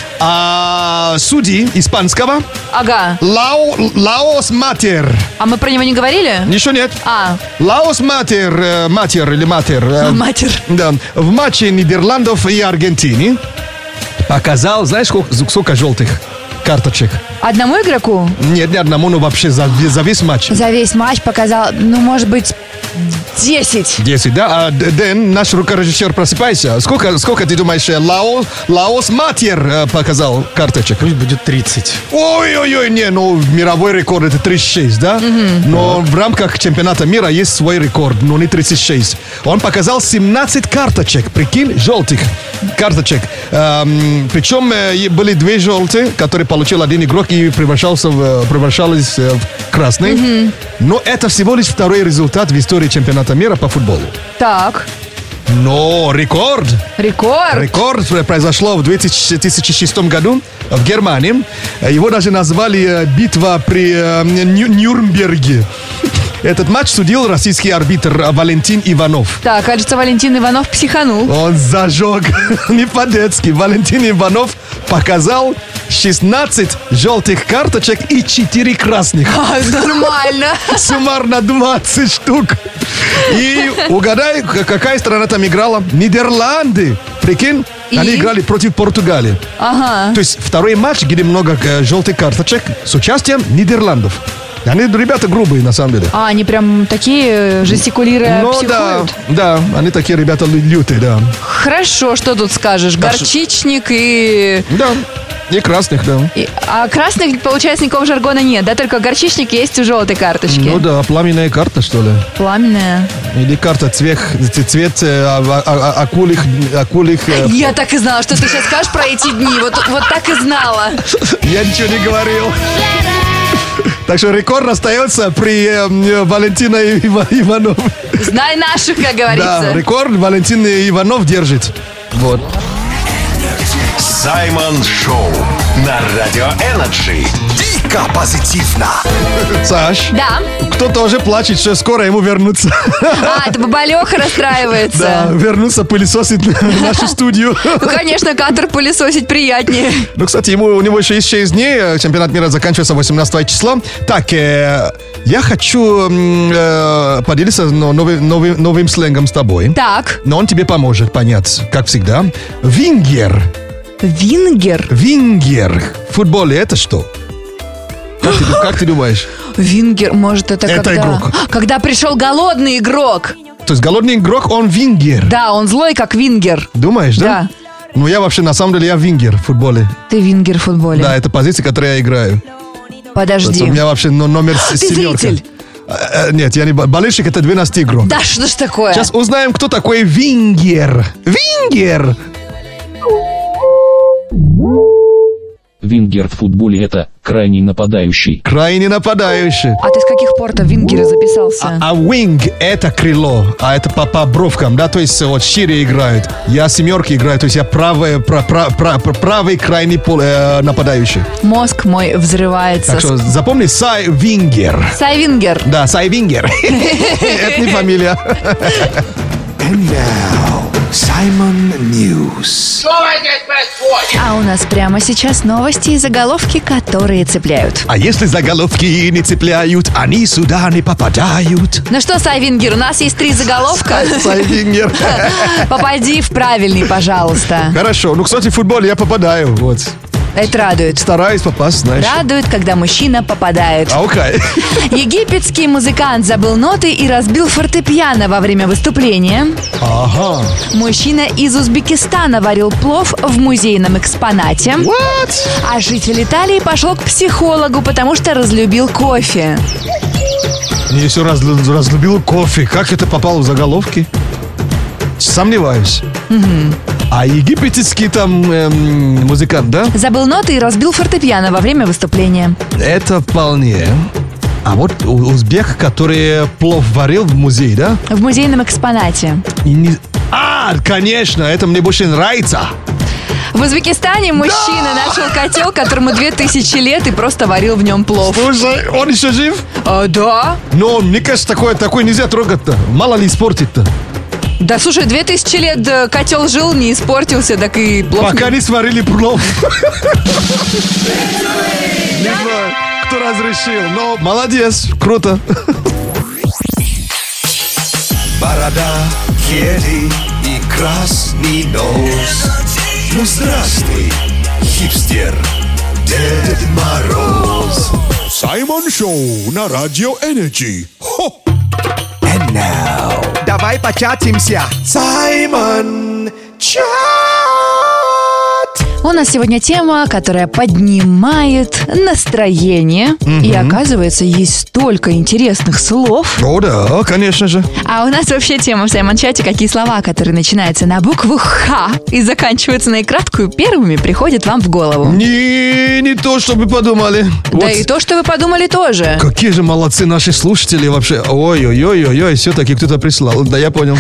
о судьи испанского ага. Лао, Лаос Матер. А мы про него не говорили? Еще нет. А, Лаос Матер, э, Матер или Матер. э, матер. Да, в матче Нидерландов и Аргентины показал, знаешь, сколько, сколько желтых карточек? Одному игроку Нет, ни одному, но вообще за, за весь матч. за весь матч показал, ну, может быть, десять. десять, да? А Д- Дэн, наш рукорежиссер, просыпайся. Сколько, сколько ты думаешь, э, Лаос, Лаос Матер э, показал карточек? Пусть будет тридцать. Ой-ой-ой, не, ну мировой рекорд это тридцать шесть, да? Но в рамках чемпионата мира есть свой рекорд, но не тридцать шесть. Он показал семнадцать карточек, прикинь, желтых карточек. Эм, причем э, были две желтые, которые получил один игрок и превращался в, превращались э, в красный. Но это всего лишь второй результат в истории чемпионата мира по футболу. Так, Но рекорд рекорд. Рекорд произошло в две тысячи шестом году в Германии. Его даже назвали э, «Битва при э, Ню- Нюрнберге». Этот матч судил российский арбитр Валентин Иванов. Так, кажется, Валентин Иванов психанул. Он зажег не по-детски. Валентин Иванов показал шестнадцать желтых карточек и четыре красных. А, нормально. Суммарно двадцать штук. И угадай, к- какая страна там играла? Нидерланды. Прикинь, И? они играли против Португалии. Ага. То есть второй матч, где много э, желтых карточек с участием Нидерландов. Они, ребята, грубые, на самом деле. А, они прям такие, жестикулируя, Ну да, психуют? да, они такие ребята лю- лютые, да. Хорошо, что тут скажешь? Так что- Горчичник и... Да. И красных, да. И- а красных, получается, никакого жаргона нет, да? Только горчичник есть у желтой карточки. Ну да, пламенная карта, что ли? Пламенная. Или карта цвет, цвет э, а- а- а- акулих, акулих... э, Я так и знала, что ты сейчас скажешь про эти дни. Вот, вот так и знала. Я ничего не говорил. Так что рекорд остается при э, Валентина Ива- Иванов. Знай наших, как Да, говорится. рекорд Валентин Иванов держит. Вот. Саймон Шоу на Радио Энерджи. Дико позитивно. Саш, Да. кто-то уже плачет, что скоро ему вернуться. А, это Бабалеха расстраивается. Да, вернуться пылесосить в нашу студию. Ну, конечно, кадр пылесосить приятнее. Ну, кстати, ему, у него еще есть шесть дней. Чемпионат мира заканчивается восемнадцатого числа. Так, э, я хочу м, э, поделиться но, новым, новым, новым сленгом с тобой. Так. Но он тебе поможет понять, как всегда. Вингер. Вингер? Вингер. В футболе это что? Как ты, как ты думаешь? Вингер, может, это, Это когда... игрок. Когда пришел голодный игрок. То есть голодный игрок, он вингер. Да, он злой, как вингер. Думаешь, да? Да. Ну, я вообще, на самом деле, я вингер в футболе. Ты вингер в футболе. Да, это позиция, которую я играю. Подожди. У меня вообще но- номер с- Ты семерка. зритель. Э, э, Нет, я не бо- болельщик, это двенадцать игрок. Да, что ж такое? Сейчас узнаем, кто такой вингер. Вингер! Вингер в футболе – это крайний нападающий. Крайне нападающий. А ты с каких пор-то в вингера записался? А wing это крыло, а это по, по бровкам, да, то есть вот шире играют. Я семерки играю, то есть я правый, пра, пра, пра, пра- правый крайний пол, э, нападающий. Мозг мой взрывается. Так что запомни, Сай Вингер. Сай Вингер. Да, Сай Вингер. Это не фамилия. And now, Simon News. А у нас прямо сейчас новости и заголовки, которые цепляют. А если заголовки не цепляют, они сюда не попадают. Ну что, Сай Вингер, у нас есть три заголовка. Сай Вингер. Попади в правильный, пожалуйста. Хорошо, ну, кстати, в футболе я попадаю, вот. Это радует. Стараюсь попасть, знаешь. Радует, когда мужчина попадает. А, окей. Египетский музыкант забыл ноты и разбил фортепиано во время выступления. Ага. Мужчина из Узбекистана варил плов в музейном экспонате. What? А житель Италии пошел к психологу, потому что разлюбил кофе. Я все раз, разлюбил кофе. Как это попало в заголовки? Сомневаюсь. А египетский там эм, музыкант, да? Забыл ноты и разбил фортепиано во время выступления. Это вполне. А вот у- узбек, который плов варил в музее, да? В музейном экспонате. И не- А, конечно, это мне больше нравится. В Узбекистане мужчина нашел котел, которому две тысячи лет, и просто варил в нем плов. Слушай, он еще жив? А, да. Но мне кажется, такое, такое нельзя трогать-то. Мало ли испортит-то. Да, слушай, две тысячи лет э, котел жил, не испортился, так и плов. Пока не сварили плов. Не знаю, кто разрешил, но молодец, круто. Борода, кеды и красный нос. Ну здравствуй, хипстер, Дед Мороз. Саймон Шоу на Радио Энерджи. Хо! And now, давай початимся. Саймон Чат. У нас сегодня тема, которая поднимает настроение. И оказывается, есть столько интересных слов. О, да, конечно же. А у нас вообще тема в Саймон-чате, какие слова, которые начинаются на букву Х и заканчиваются на и краткую, первыми приходят вам в голову. Не, не то, что вы подумали. Да Вот. и то, что вы подумали тоже. Какие же молодцы наши слушатели вообще. Ой-ой-ой-ой-ой, все-таки кто-то прислал. Да, я понял.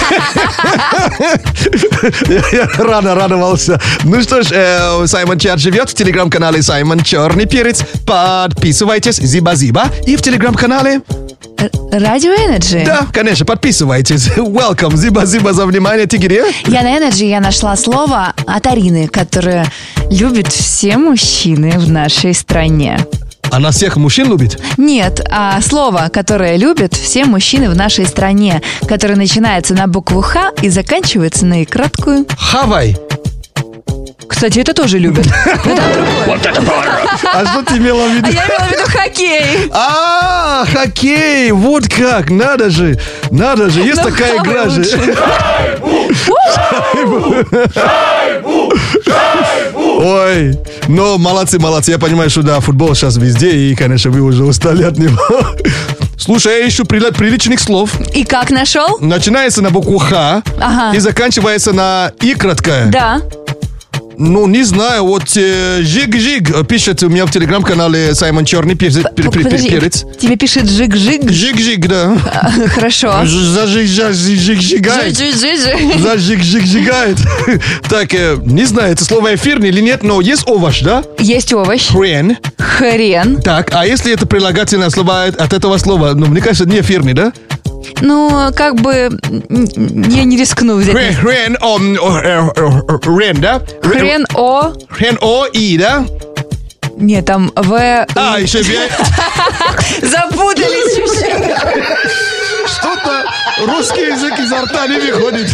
Я я рано радовался. Ну что ж, э, Саймон Чат живет в телеграм-канале Саймон Черный Перец. Подписывайтесь, зиба-зиба. И в телеграм-канале... Радио Энерджи. Да, конечно, подписывайтесь. Welcome, зиба-зиба за внимание. Ты где? Я на Энерджи, я нашла слово от Арины, которое любят все мужчины в нашей стране. Она всех мужчин любит? Нет, а слово, которое любят все мужчины в нашей стране, которое начинается на букву Х и заканчивается на и краткую. Хавай. Кстати, это тоже любят. Вот это поворот. А что ты имела в виду? А я имела в виду хоккей. А, хоккей, вот как, надо же, надо же, есть Ну, такая хавай игра же. лучше. Ой, Но молодцы, молодцы. Я понимаю, что да, футбол сейчас везде, и, конечно, вы уже устали от него. Слушай, я ищу прили- приличных слов. И как нашел? Начинается на букву Х Ага. и заканчивается на И краткое. Да. Ну, не знаю, вот э, Жиг-Жиг пишет у меня в телеграм-канале Саймон Черный перец. пер- пер- Подожди, перец. тебе пишет жиг-жиг? Жиг-Жиг, да. Хорошо. Зажиг-жиг-жигает. Жиг-жиг-жиг. Зажиг-жиг-жигает. Так, э, не знаю, это слово эфирное или нет, но есть овощ, да? Есть овощ. Хрен. Хрен. Так, а если это прилагательное слово от этого слова, ну, мне кажется, не эфирный, да? Ну, как бы м, я не рискну взять. Хрен, хрен, о, м, о, э, э, хрен, да? Хрен о. Хрен о и, да? Нет, там в. А, еще бе- Запутались чуть-чуть. Что-то русский язык изо рта не выходит.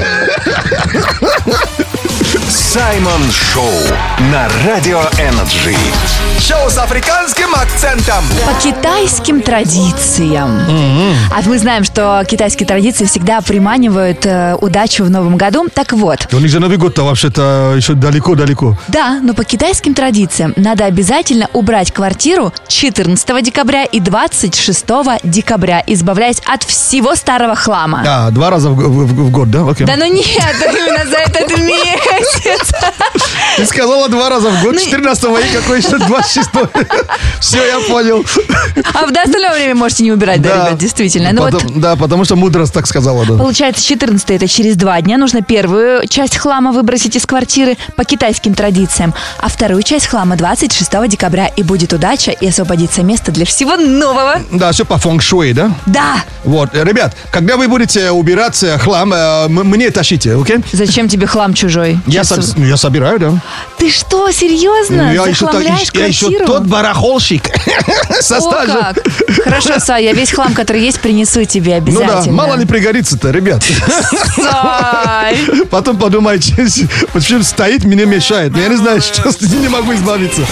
Саймон Шоу на Радио Энерджи. Шоу с африканским акцентом. По китайским традициям. А мы знаем, что китайские традиции всегда приманивают э, удачу в новом году. Так вот, У них же Новый год-то вообще-то еще далеко-далеко. да, но по китайским традициям надо обязательно убрать квартиру четырнадцатого декабря и двадцать шестого декабря, избавляясь от всего старого хлама. А, два раза в, в- в год, да? Окей. Да ну нет, именно за этот месяц. Ты сказала два раза в год, Ну, четырнадцатого и какой еще двадцать шестого. Все, я понял. А в остальное время можете не убирать, да, ребят, действительно. Ну вот, Потом- Да, потому что мудрость так сказала, да. получается, четырнадцатое это через два дня. Нужно первую часть хлама выбросить из квартиры по китайским традициям, а вторую часть хлама двадцать шестого декабря. И будет удача, и освободится место для всего нового. Да, все по фэнг-шуй, да? Да! Вот, э, ребят, когда вы будете убирать э, хлам, э, м- мне тащите, окей? Зачем тебе хлам чужой? Я, Честно. соб- ну, я собираю, да. Ты что, серьезно? я, еще, та- Захламляешь я еще квартиру? тот барахолщик со О, стажем. как! Хорошо, Сай, я весь хлам, который есть, принесу тебе Ну да, обязательно. мало ли пригодится-то, ребят. Сай! Потом подумайте, почему стоит, мне мешает. Но я не знаю, что с ним не могу избавиться.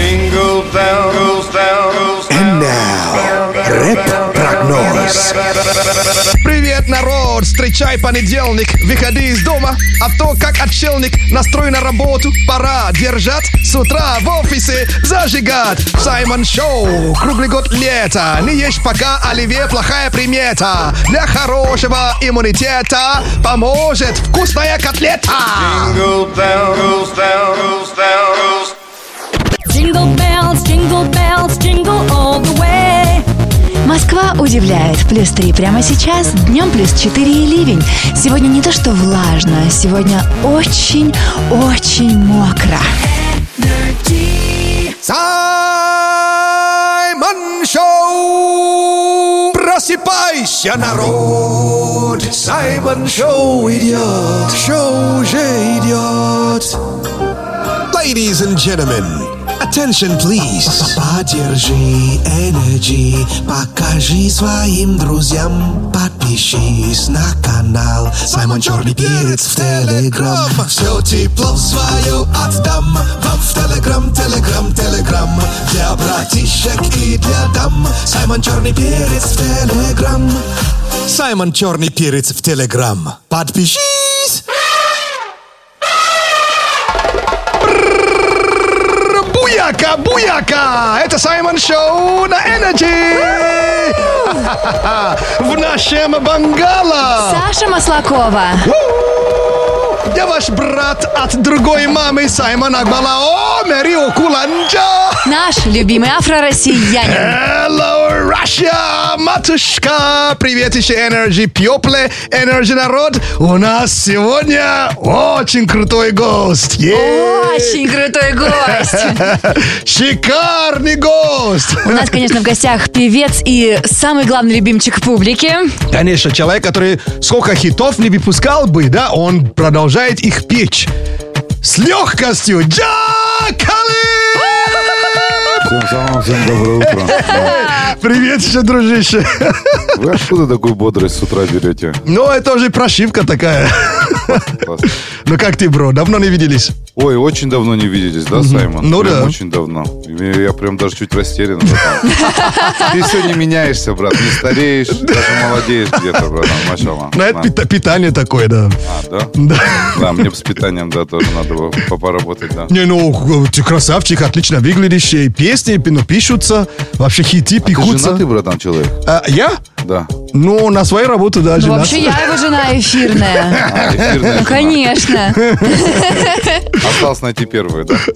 And now, рэп-прогноз. Привет, народ! Встречай понедельник, выходи из дома, а то как отшельник, настрой на работу, пора держать, с утра в офисе зажигать. Саймон Шоу, круглый год лета, не ешь пока, оливье плохая примета. Для хорошего иммунитета поможет вкусная котлета. Jingle bells, jingle bells, jingle all the way. Москва удивляет. Плюс три прямо сейчас, днем плюс четыре и ливень. Сегодня не то что влажно, сегодня очень-очень мокро. Саймон Шоу! Просыпайся, народ! Саймон Шоу идет! Шоу уже идет! Ladies and gentlemen, attention please. Поддержи Energy, покажи своим друзьям, подпишись на канал Саймон Черный Перец в Телеграм. Все тепло свое отдам вам в Телеграм, Телеграм, Телеграм. Для братишек и для дам Саймон Черный Перец в Телеграм. Саймон Черный Перец в Телеграм. Подпишись! Буяка, буяка! Это Саймон Шоу на Energy! В нашем бангало! Саша Маслакова. Я ваш брат от другой мамы Саймон Акбалао Мерио Куланджа. Наш любимый афро-россиянин. Hello, Russia, матушка! Привет еще Energy People, Energy народ! У нас сегодня очень крутой гость! Е-е-е! Очень крутой гость. Шикарный гость! У нас, конечно, в гостях певец и самый главный любимчик публики. Конечно, человек, который сколько хитов не выпускал бы, да, он продолжает их петь с легкостью. Джа Калиб! Всем салам, всем доброе утро. Привет еще, дружище. Вы откуда такую бодрость с утра берете? Ну, это уже прошивка такая. Классно. Ну как ты, бро, давно не виделись? Ой, очень давно не виделись, да, Саймон? Ну Прям да. очень давно. Я я прям даже чуть растерян, братан. Ты все не меняешься, брат, не стареешь, даже молодеешь где-то, братан, машалла. Ну, это Да. пита- питание такое, да. А, да? Да. Да, мне с питанием, да, тоже надо было по- поработать, да. Не, ну, ты красавчик, отлично выглядишь, и песни ну, пишутся, вообще хиты А ты пекутся. женатый, братан, человек? А, я? Да. Ну, на свою работу, да, Ну, женат. вообще, я его жена эфирная. А, эфирная Ну, жена. конечно. Осталось найти первую, да?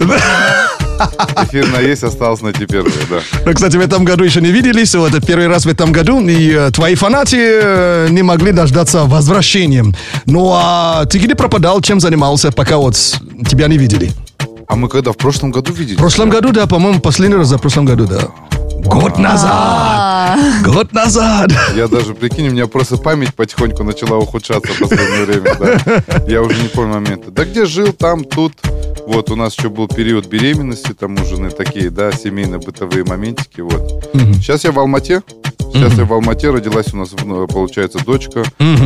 Эфирная есть, осталось найти первую, да. Ну, кстати, в этом году еще не виделись, вот это первый раз в этом году, и э, твои фанаты э, не могли дождаться возвращения. Ну, а ты где пропадал, чем занимался, пока вот тебя не видели? А мы когда, в прошлом году виделись? В прошлом году, да, по-моему, последний раз за прошлом году, да. Год назад! Год назад! Я даже, прикинь, у меня просто память потихоньку начала ухудшаться в последнее время, да. Я уже не помню моменты. Да где жил, там, тут. Вот, у нас еще был период беременности, там у жены такие, да, семейно-бытовые моментики, вот. Сейчас я в Алмате. Сейчас я в Алмате, родилась у нас, ну, получается, дочка.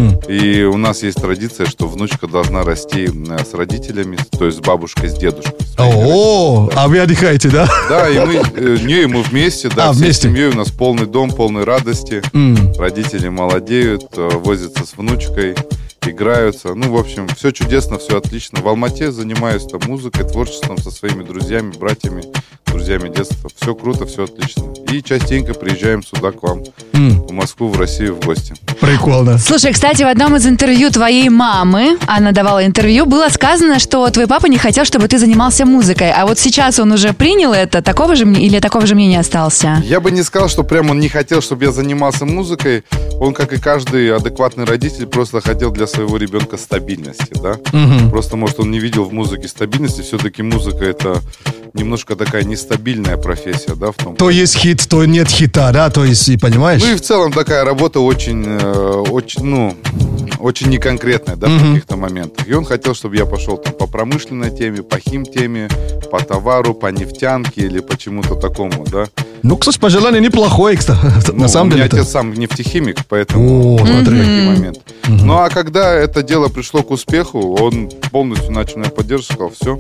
И у нас есть традиция, что внучка должна расти э, с родителями, то есть с бабушкой, с дедушкой. О, а вы отдыхаете, да? Да, и мы, э, не, и мы вместе, да, А, всей вместе. семьей, у нас полный дом, полной радости. М. Родители молодеют, э, возятся с внучкой, играются. Ну, в общем, все чудесно, все отлично. В Алмате занимаюсь там музыкой, творчеством со своими друзьями, братьями, друзьями детства. Все круто, все отлично. И частенько приезжаем сюда к вам, М. в Москву, в Россию, в гости. Прикольно. Слушай, кстати, в одном из интервью твоей мамы, она давала интервью, было сказано, что твой папа не хотел, чтобы ты занимался музыкой. А вот сейчас он уже принял это, такого же мне- или такого же мнения остался? Я бы не сказал, что прям он не хотел, чтобы я занимался музыкой. Он, как и каждый адекватный родитель, просто хотел для своего ребенка стабильности, да? Мгм. Просто, может, он не видел в музыке стабильности. Все-таки музыка — это немножко такая нестабильная профессия, да, в том. То есть хит, то нет хита, да, то есть, и понимаешь? Ну и в целом такая работа очень, э, очень, ну, очень неконкретная, да, в Мгм. каких-то моментах. И он хотел, чтобы я пошел там по промышленной теме, по химтеме, по товару, по нефтянке или по чему-то такому, да. Ну, кстати, пожелание неплохое, кстати, Ну, на самом у меня деле. отец сам нефтехимик, поэтому О, вот смотри. такие моменты. Ну а когда это дело пришло к успеху, он полностью начал меня поддерживать, сказал, все,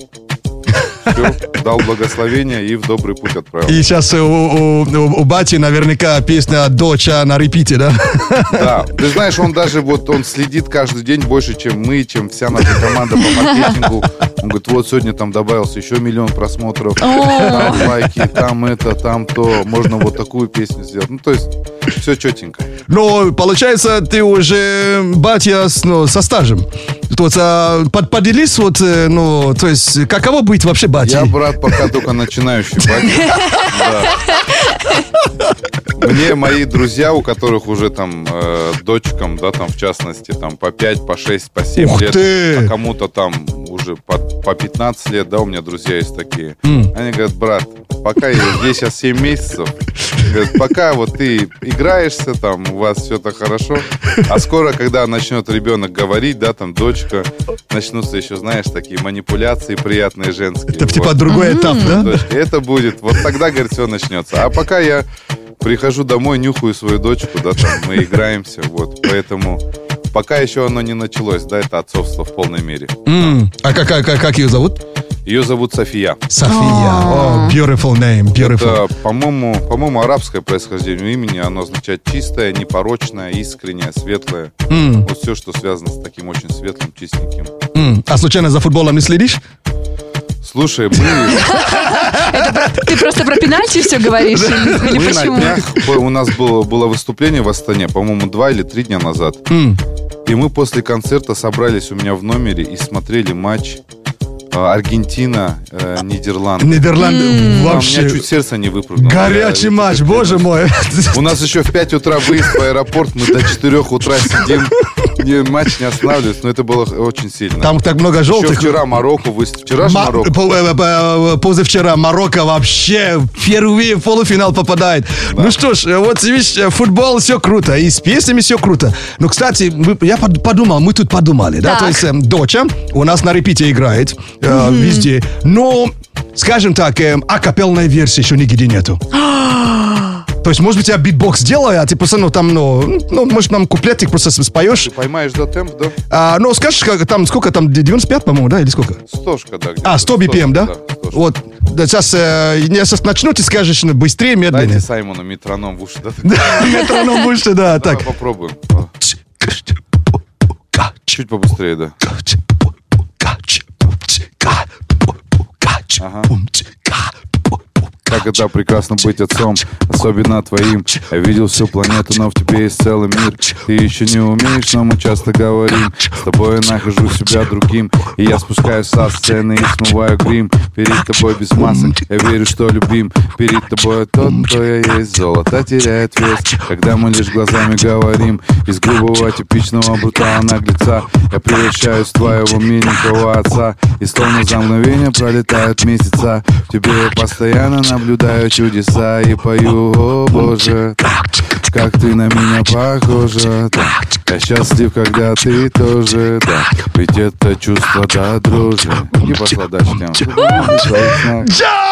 все, дал благословение и в добрый путь отправил. И сейчас у, у- у- у бати наверняка песня «Доча» на репите, да? Да, ты знаешь, он даже вот, он следит каждый день больше, чем мы, чем вся наша команда по маркетингу. Он говорит, вот сегодня там добавился еще миллион просмотров, там лайки, там это, там то, можно вот такую песню сделать. Ну, то есть, все четенько. Но, получается, ты уже батя с- ну, со стажем. То есть, а, под- поделись, вот, э, ну, то есть, каково быть вообще батей? Я, брат, пока только начинающий батя. Да. Мне мои друзья, у которых уже там э, дочкам, да, там в частности, там по пять, по шесть, по семь Ух лет, ты! а кому-то там уже по, по пятнадцать лет, да, у меня друзья есть такие. М. Они говорят, брат, пока я здесь сейчас семь месяцев, говорят, пока вот ты играешься, там у вас все так хорошо, а скоро, когда начнет ребенок говорить, да, там дочка, начнутся еще, знаешь, такие манипуляции приятные женские. Это типа Вот. другой этап, да? Дочка, это будет, вот тогда, говорит, все начнется. А пока я прихожу домой, нюхаю свою дочку, да, там мы играемся, вот, поэтому пока еще оно не началось, да, это отцовство в полной мере. М. А как, как, как ее зовут? Ее зовут София. София. О, beautiful name, beautiful. Это, по-моему, по-моему, арабское происхождение у имени, оно означает чистое, непорочное, искреннее, светлое. М. Вот все, что связано с таким очень светлым, чистеньким. М. А случайно за футболом не следишь? Слушай, мы... Ты просто про пенальти все говоришь? Или, или Мы почему? на днях, у нас было, было выступление в Астане, по-моему, два или три дня назад. М. И мы после концерта собрались у меня в номере и смотрели матч э, Аргентина, э, Нидерланды. Нидерланды Там у меня вообще... чуть сердце не выпрыгнуло. Горячий Я- матч, боже мой. У нас еще в пять утра выезд в аэропорт, мы до четырех утра сидим, не, матч не останавливается, но это было очень сильно. Там так много желтых. Еще вчера Марокко, вы- вчера же Ма- Марокко. по- э, по- Позавчера Марокко вообще впервые в полуфинал попадает. Ну что ж, вот видишь, футбол все круто, и с песнями все круто. Но, кстати, мы- я под- подумал, мы тут подумали, да, Так. то есть эм, доча у нас на репите играет э, везде, но, скажем так, эм, акапельной версии еще нигде нету. То есть, может быть, я битбокс делаю, а ты просто, ну, там, ну, ну может, нам куплетик просто споешь. Ты поймаешь, да, темп, да? А, ну, скажешь, как, там, сколько там, девяносто пять, по-моему, да, или сколько? Стошка, да. где-то. А, сто би пи эм, да? Да, стошка. Вот, да, сейчас, э, я сейчас начну, ты скажешь, ну, быстрее, медленнее. Дайте Саймону метроном в уши, да? Да, метроном в уши, да, так. Давай попробуем. Чуть побыстрее, да. Ага. Как это прекрасно быть отцом, особенно твоим. Я видел всю планету, но в тебе есть целый мир. Ты еще не умеешь, но мы часто говорим. С тобой я нахожу себя другим. И я спускаюсь со сцены и смываю грим. Перед тобой без масок, я верю, что любим. Перед тобой тот, кто я есть. Золото теряет вес, когда мы лишь глазами говорим. Из грубого, типичного брутала наглеца я превращаюсь в твоего миленького отца. И словно за мгновение пролетают месяца. В тебе я постоянно наблюдаю чудеса и пою, о боже, как ты на меня похожа, да. Я счастлив, когда ты тоже, да. Ведь это чувство до дрожи. И пошла дальше тема.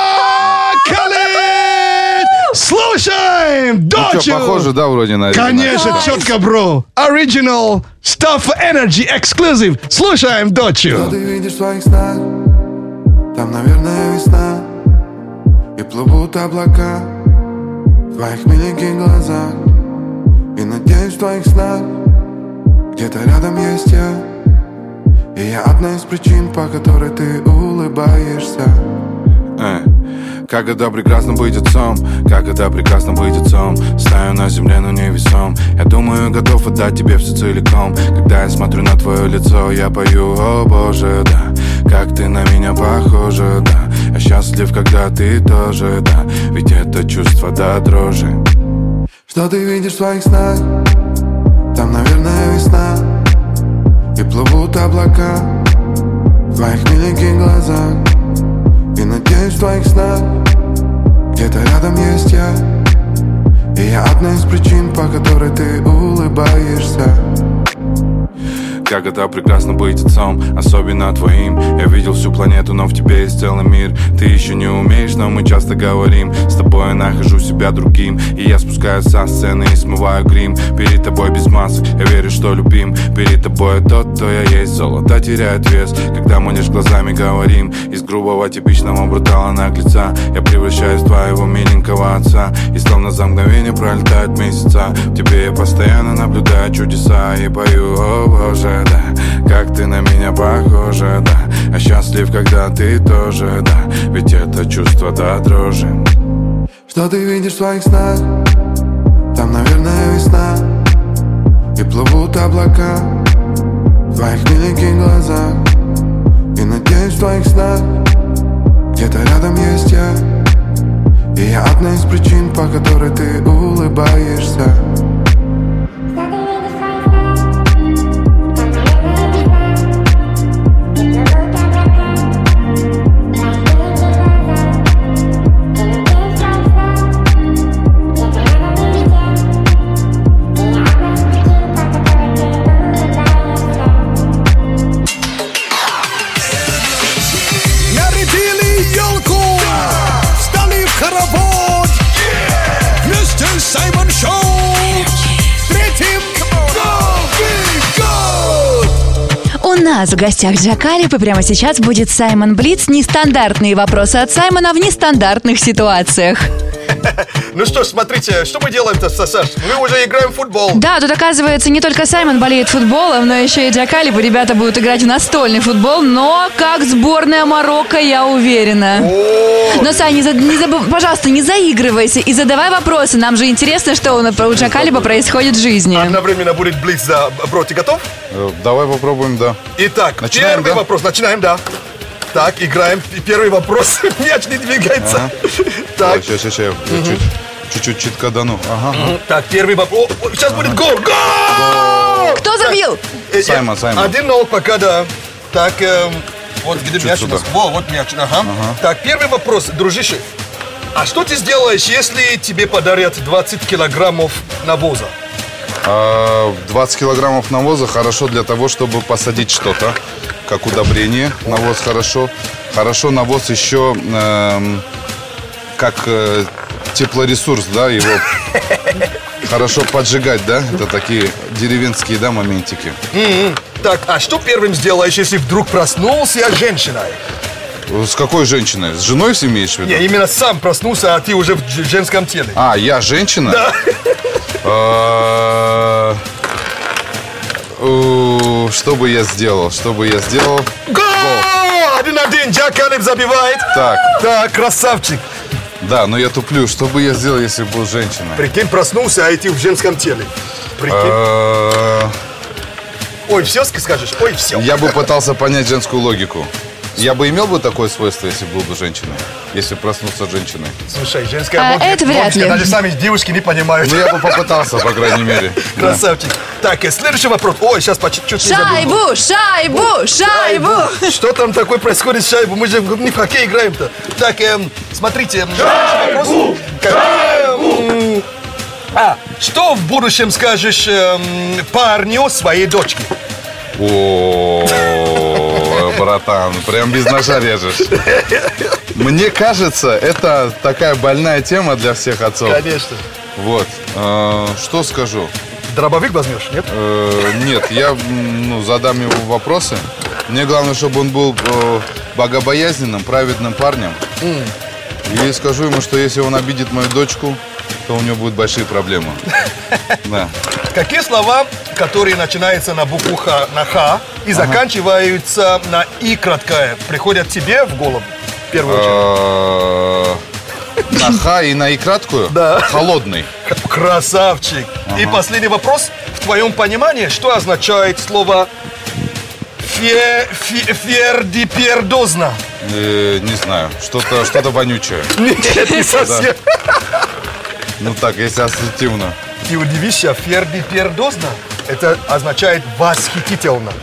Слушаем Дочу! Ну что, похоже, да, вроде на оригинал? Конечно, четко, бро. Original Stuff Energy Exclusive. Слушаем Дочу. Что ты видишь в своих снах? Там, наверное, весна. И плывут облака в твоих миленьких глазах. И надеюсь, в твоих снах где-то рядом есть я. И я одна из причин, по которой ты улыбаешься. Эй. Как это прекрасно быть отцом, как это прекрасно быть отцом. Стою на земле, но невесом. Я думаю, готов отдать тебе все целиком. Когда я смотрю на твое лицо, я пою, о боже, да. Как ты на меня похожа, да. Я счастлив, когда ты тоже, да. Ведь это чувство до дрожи. Что ты видишь в своих снах? Там, наверное, весна. И плывут облака в твоих миленьких глазах. И надеюсь, в твоих снах где-то рядом есть я. И я одна из причин, по которой ты улыбаешься. Как это прекрасно быть отцом, особенно твоим. Я видел всю планету, но в тебе есть целый мир. Ты еще не умеешь, но мы часто говорим. С тобой я нахожу себя другим. И я спускаюсь со сцены и смываю грим. Перед тобой без масок, я верю, что любим. Перед тобой тот, кто я есть. Золото теряет вес, когда мы лишь глазами говорим. Из грубого, типичного брутала наглеца я превращаюсь в твоего миленького отца. И словно за мгновение пролетают месяца. В тебе я постоянно наблюдаю чудеса и пою, о боже, да, как ты на меня похожа, да. Я счастлив, когда ты тоже, да. Ведь это чувство до дрожи. Что ты видишь в своих снах? Там, наверное, весна. И плывут облака в твоих миленьких глазах. И надеюсь, в твоих снах где-то рядом есть я. И я одна из причин, по которой ты улыбаешься. У нас в гостях Джакалип, и прямо сейчас будет Саймон Блиц. Нестандартные вопросы от Саймона в нестандартных ситуациях. Ну что ж, смотрите, что мы делаем-то, Саш? Мы уже играем в футбол. Да, тут оказывается не только Саймон болеет футболом, но еще и Джакалип, и ребята будут играть в настольный футбол, но как сборная Марокко, я уверена. О! Но, Сань, не, за, не забыв, пожалуйста, не заигрывайся и задавай вопросы. Нам же интересно, что у, у Джакалипа происходит в жизни. Одновременно будет блиц за... Бро, ты готов? Давай попробуем, да. Итак, начинаем, первый да? вопрос. Начинаем, да. Так, играем. Первый вопрос. Мяч не двигается. Ага. Так. Сейчас, сейчас, сейчас. Я чуть, чуть-чуть читка дану. Ага. Так, первый вопрос. О, сейчас будет гол. Гол! Кто забил? Саймон, Саймон. один ноль пока, да. Так, эм, вот где Чуть мяч у сюда. нас. Во, вот мяч. Ага. Ага. Так, первый вопрос, дружище. А что ты сделаешь, если тебе подарят двадцать килограммов навоза? А, двадцать килограммов навоза хорошо для того, чтобы посадить что-то, как удобрение. Навоз хорошо. Хорошо навоз еще эм, как э, теплоресурс, да, его хорошо поджигать, да? Это такие деревенские, да, моментики. М-м. Так, а что первым сделаешь, если вдруг проснулся женщиной? С какой женщиной? С женой все имеешь в виду? Не, именно сам проснулся, а ты уже в дж- женском теле. А, я женщина? Да. А, у, Что бы я сделал? Что бы я сделал? Гол! Один на один, Джак Калиб забивает. Так. Так, красавчик. Да, но я туплю. Что бы я сделал, если бы был женщиной? Прикинь, проснулся, а ты в женском теле. Прикинь. А, Ой, все скажешь? Ой, все. Я бы пытался понять женскую логику. Я бы имел бы такое свойство, если был бы женщиной? Если проснулся женщиной? Слушай, женская А, логика, это вряд ли. даже сами девушки не понимают. Ну, я бы попытался, по крайней мере. Красавчик. Так, и следующий вопрос. Ой, сейчас по чуть-чуть не забыл. Шайбу, шайбу, шайбу. Что там такое происходит с шайбой? Мы же не в хоккей играем-то. Так, эм, смотрите. Шайбу! Шайбу! А, что в будущем скажешь эм, парню своей дочке? О, братан, прям без ножа режешь. Мне кажется, это такая больная тема для всех отцов. Конечно. Вот. Э, Что скажу? Дробовик возьмешь, нет? Э, Нет, я м, ну, задам ему вопросы. Мне главное, чтобы он был э, богобоязненным, праведным парнем. И скажу ему, что если он обидит мою дочку, то у него будут большие проблемы. Да. Какие слова, которые начинаются на букву Х, на Х и заканчиваются на И краткое, приходят тебе в голову в первую очередь? Э, На Х и на И краткую? Да. Холодный. Красавчик. И последний вопрос. В твоем понимании, что означает слово фе, фе, фердипердозно? Э, Не знаю, что-то что-то вонючее. Нет, не совсем. Ну так, если ассоциативно. Ты удивишься, фердипердозно это означает восхитительно.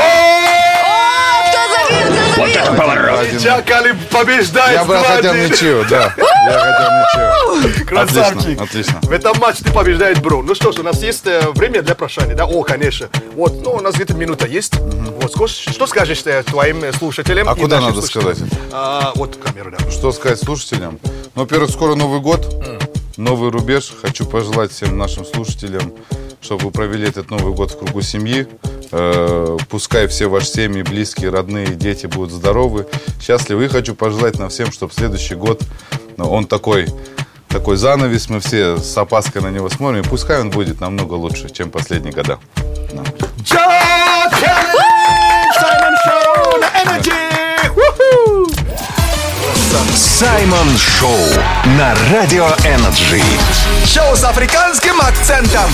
Вот это поворот. Джак Калиб побеждает. Я бы хотел ничью, да. Я хотел ничью. Красавчик. Отлично, отлично. В этом матче ты побеждаешь, бро. Ну что ж, у нас есть э, время для прощания, да? О, конечно. Вот, ну, у нас где-то минута есть. Вот, скож- что скажешь э, твоим э, слушателям? А и куда нашим надо слушателям? сказать? А, вот камеру, да. Что сказать слушателям? Ну, во-первых, скоро Новый год, новый рубеж. Хочу пожелать всем нашим слушателям, чтобы вы провели этот Новый год в кругу семьи. Э, Пускай все ваши семьи, близкие, родные, дети будут здоровы, счастливы. И хочу пожелать нам всем, чтобы следующий год, ну, он такой, такой занавес, мы все с опаской на него смотрим. И пускай он будет намного лучше, чем последние года. Да. Джак Калиб! Саймон Шоу на Energy! Уху! Саймон Шоу на Радио Энерджи. Шоу с африканским акцентом.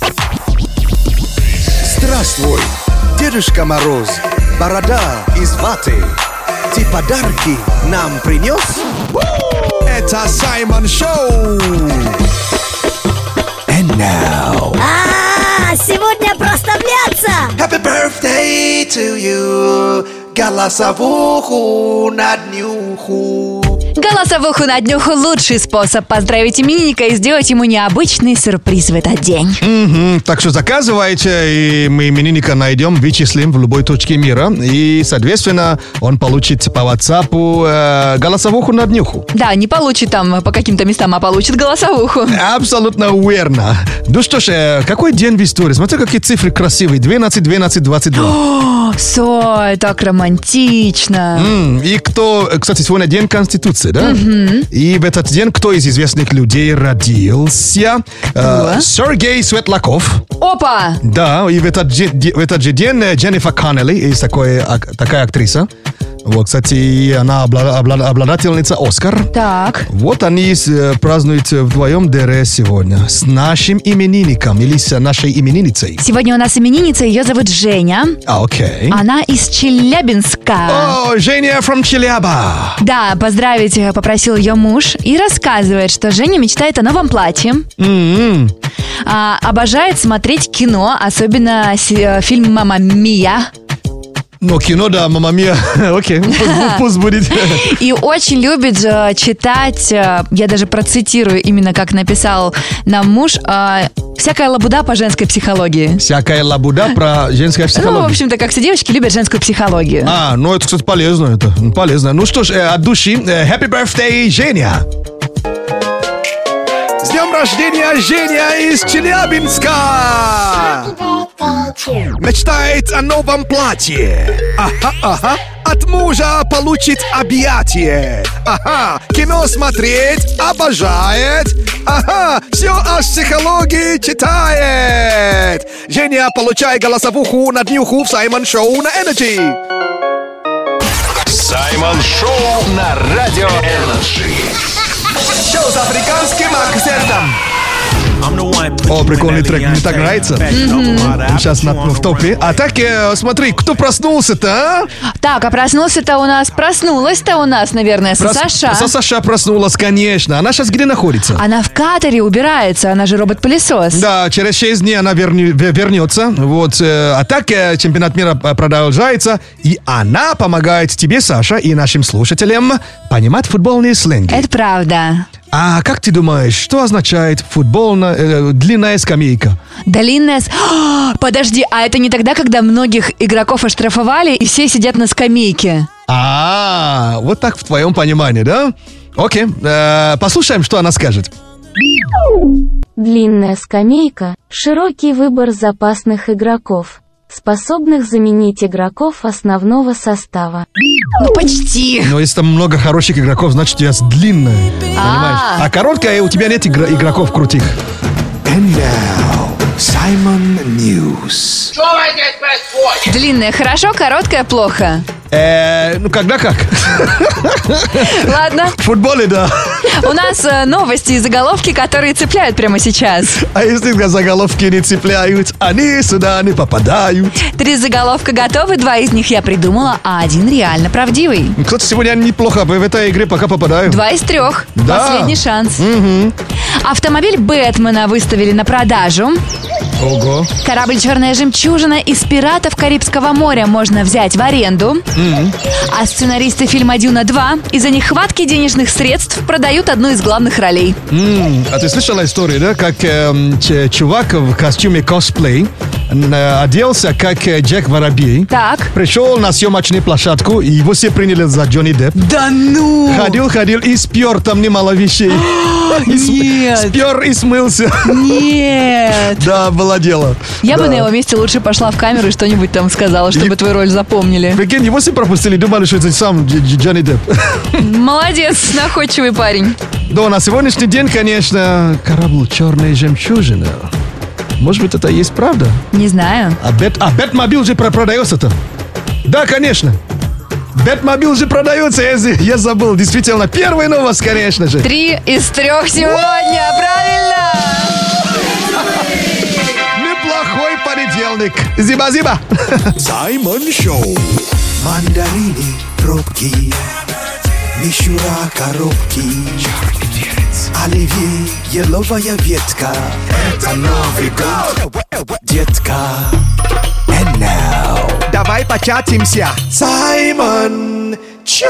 Здравствуй, Дедушка Мороз, борода из ваты. Ты подарки нам принес? Это Саймон Шоу. And now. А, сегодня проставляться! Happy birthday to you. Голосовуху на днюху. Голосовуху на днюху – лучший способ поздравить именинника и сделать ему необычный сюрприз в этот день. Мгм. Так что заказывайте, и мы именинника найдем, вычислим в любой точке мира. И, соответственно, он получит по WhatsApp э, голосовуху на днюху. Да, не получит там по каким-то местам, а получит голосовуху. Абсолютно верно. Ну что ж, э, какой день в истории? Смотри, какие цифры красивые. двенадцать, двенадцать, двадцать два. О, Сой, так романтично. М, И кто, э, кстати, сегодня день Конституции, да? И в этот день кто из известных людей родился? Э, Сергей Светлаков. Опа! Да, и в этот, же- де- в этот же день э, Дженнифер Коннелли, есть такой, ак- такая актриса. Вот, кстати, и она обла- обла- обладательница Оскар. Так. Вот они э, празднуют вдвоем ДР сегодня. С нашим именинником или с нашей именинницей. Сегодня у нас именинница, ее зовут Женя. А, окей. Она из Челябинска. О, Женя from Челяба. Да, поздравить э, попросил ее муж и рассказывает, что Женя мечтает о новом платье. М-м. А, обожает смотреть кино, особенно с- э, фильм «Мамма Мия». Ну, кино, да, мамма мия. Окей, пусть, пусть будет. И очень любит э, читать, э, я даже процитирую именно как написал нам муж, э, всякая лабуда по женской психологии. Всякая лабуда про женскую Ну, в психологию. общем-то, как все девочки любят женскую психологию. А, ну это, кстати, полезно. Это полезно. Ну что ж, э, от души, э, happy birthday, Женя. днем рождения Женя из Челябинска! Мечтает о новом платье. Ага, ага. От мужа получит объятие. Ага, кино смотреть обожает. Ага, все о психологии читает. Женя, получай голосовуху на днюху в Саймон Шоу на Energy. Саймон Шоу на Радио Энерджи. Шоу с африканским акцентом. О, прикольный трек, мне так нравится. Mm-hmm. Сейчас на, в топе. А так, э, смотри, кто проснулся-то, а? Так, а проснулся-то у нас, проснулась-то у нас, наверное, Прос... Саша. Саша проснулась, конечно. Она сейчас где находится? Она в Катаре убирается, она же робот-пылесос. Да, через шесть дней она верни... вернется. Вот. Э, а так, э, чемпионат мира продолжается. И она помогает тебе, Саша, и нашим слушателям понимать футбольные сленги. Это правда. А как ты думаешь, что означает футбольная э, длинная скамейка? Длинная... О, подожди, а это не тогда, когда многих игроков оштрафовали и все сидят на скамейке? А, вот так в твоем понимании, да? Окей, э, послушаем, что она скажет. Длинная скамейка – широкий выбор запасных игроков, способных заменить игроков основного состава. Ну, почти. Но если там много хороших игроков, значит, у тебя длинная, понимаешь? А короткая, у тебя нет игр- игроков крутых. And now, Simon News. Длинная хорошо, короткая плохо. Э, ну, когда как? Ладно. В футболе, да. У нас э, новости и заголовки, которые цепляют прямо сейчас. А если заголовки не цепляют, они сюда не попадают. Три заголовка готовы, два из них я придумала, а один реально правдивый. Кстати, сегодня неплохо в этой игре пока попадаю. Два из трех. Да. Последний шанс. Угу. Автомобиль Бэтмена выставили на продажу. Ого. Корабль «Черная жемчужина» из «Пиратов Карибского моря» можно взять в аренду. Mm-hmm. А сценаристы фильма «Дюна два» из-за нехватки денежных средств продают одну из главных ролей. Mm. А ты слышала историю, да? Как э, ч- чувак в костюме косплей э, оделся как э, Джек Воробей. Так. Пришел на съемочную площадку, и его все приняли за Джонни Депп. Да ну! Ходил, ходил и спер там немало вещей. Нет! Спер и смылся. Нет! Да, было дело. Я да. бы на его месте лучше пошла в камеру и что-нибудь там сказала, чтобы и... твою роль запомнили. Прикинь, его все пропустили, думали, что это сам Джонни Депп. Молодец, находчивый парень. Да, на сегодняшний день, конечно, корабль «Черная жемчужина». Может быть, это и есть правда? Не знаю. А, Бэт, а Бэтмобил же продается-то? Да, конечно. Бэтмобил же продается, я, я забыл. Действительно, первая новость, конечно же. Три из трех сегодня, правильно! Неплохой понедельник. Зиба-зиба. Саймон Шоу. Мандарины, пробки, мишура, коробки, оливье, еловая ветка. Это Новый год, детка. And now. Давай початимся. Саймон Чат.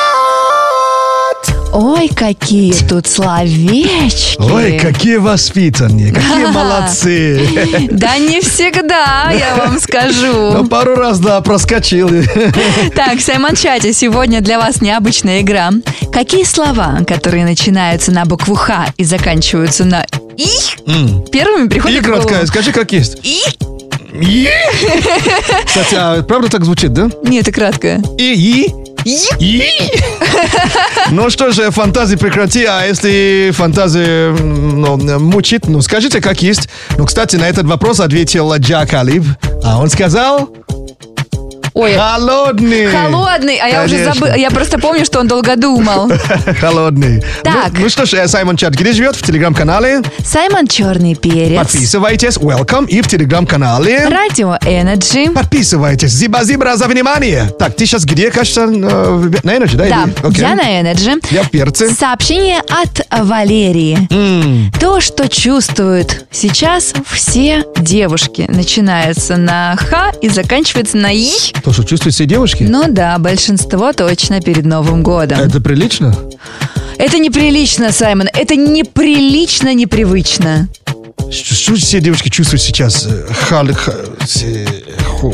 Ой, какие тут словечки. Ой, какие воспитанные, какие молодцы. Да не всегда, я вам скажу. Ну, пару раз, да, проскочили. Так, в Саймон-чате сегодня для вас необычная игра. Какие слова, которые начинаются на букву Х и заканчиваются на И, mm. первыми приходят в голову? И краткая, скажи, как есть. И? И? Кстати, а правда так звучит, да? Нет, это краткое. И? И? И? Ну что же, фантазии прекрати, а если фантазии ну, мучит, ну скажите, как есть. Ну, кстати, на этот вопрос ответил Джа Калиб, а он сказал... Ой, холодный. Холодный, а я уже забыла. Я просто помню, что он долго думал. Холодный. Так. Ну, ну что ж, Саймон Чат где живет? В телеграм-канале Саймон Черный Перец. Подписывайтесь, welcome. И в телеграм-канале Радио Energy. Подписывайтесь. Зиба-зибра за внимание. Так, ты сейчас где, кажется, на Energy, да? Да, okay. я на Energy. Я в Перце. Сообщение от Валерии. Mm. То, что чувствуют сейчас все девушки, начинается на Х и заканчивается на И. То, что чувствуют все девушки? Ну да, большинство точно перед Новым годом. Это прилично? Это неприлично, Саймон. Это неприлично, непривычно. Что все девушки чувствуют сейчас? Халь... Ху...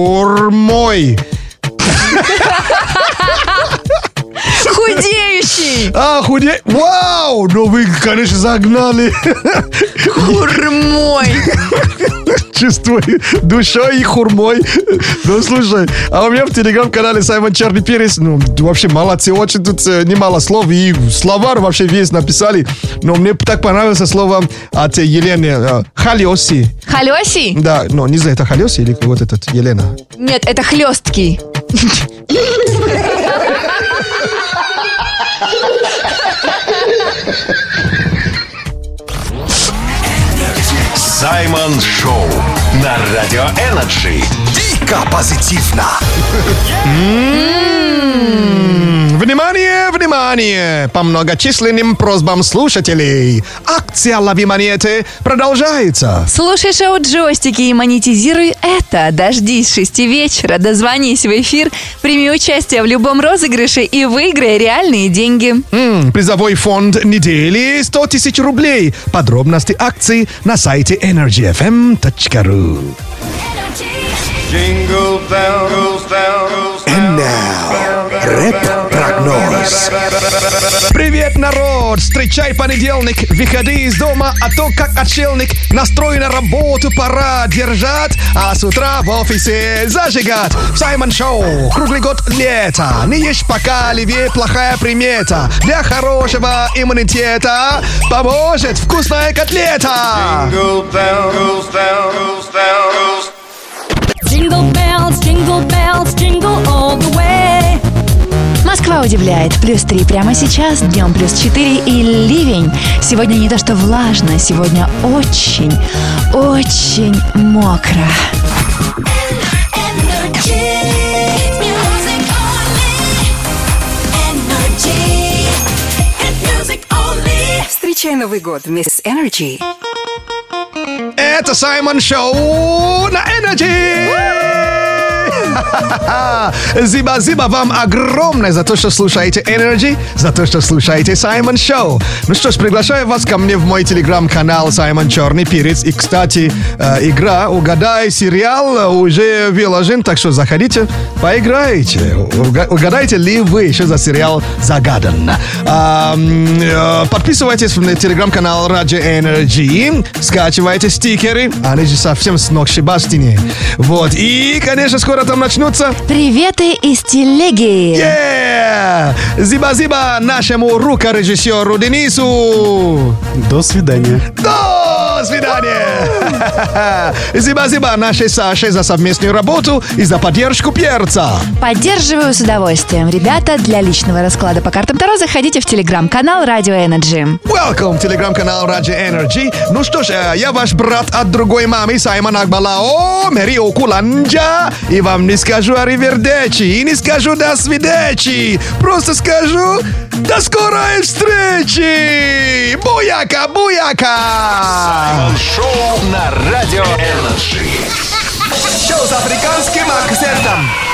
Хурмой. Худеющий. Хурмой. А, худе... Вау! Ну вы, конечно, загнали. Хурмой. Чувствую душой и хурмой. Ну, слушай, а у меня в телеграм-канале Саймон Черный Перец, ну, вообще молодцы, очень тут э, немало слов, и словарь вообще весь написали, но мне так понравилось слово от Елены э, Халёси. Халёси? Да, ну, не знаю, это Халёси или вот этот, Елена? Нет, это хлесткий. Саймон Шоу на Радио Энерджи. Дико позитивно. Внимание, внимание! По многочисленным просьбам слушателей акция «Лови монеты» продолжается. Слушай шоу «Джойстики» и монетизируй это. Дождись шести вечера, дозвонись в эфир, прими участие в любом розыгрыше и выиграй реальные деньги. М, призовой фонд недели сто тысяч рублей. Подробности акции на сайте энерджи эф эм точка ру. And now, рэп-прогноз. Привет, народ! Встречай понедельник, выходи из дома, а то как отшельник. Настрой на работу пора держать, а с утра в офисе зажигать. В Саймон Шоу круглый год лето. Не ешь пока, левее плохая примета. Для хорошего иммунитета поможет вкусная котлета. Jingle bells, jingle bells, jingle all the way. Москва удивляет. Плюс три прямо сейчас, днем плюс четыре и ливень. Сегодня не то что влажно, сегодня очень, очень мокро. Встречай Новый год вместе с Energy. Это Саймон Шоу на Energy. Зиба-зиба вам огромное за то, что слушаете Energy, за то, что слушаете Саймон Шоу. Ну что ж, приглашаю вас ко мне в мой телеграм-канал Саймон Черный Перец. И, кстати, э, игра «Угадай сериал» уже выложен, так что заходите, поиграйте. Уга- угадайте ли вы, что за сериал загадан. А, э, подписывайтесь на телеграм-канал Радио Energy, скачивайте стикеры, они же совсем сногсшибательные. Вот, и, конечно, скоро там начнутся Приветы из телеги. Yeah! Зиба-зиба нашему рукорежиссеру Денису. До свидания. До свидания. Зиба-зиба нашей Саше за совместную работу и за поддержку перца. Поддерживаю с удовольствием. Ребята, для личного расклада по картам Таро заходите в телеграм-канал Радио Energy. Welcome, телеграм-канал Радио Energy. Ну что ж, э, я ваш брат от другой мамы, Саймон Акбалао, Мерио Куланджа. И вам не скажу аривердечи, и не скажу до свидечи. Просто скажу до скорой встречи. Буяка, буяка. Саймон Шоу на Радио Энерджи. Шоу с африканским акцентом.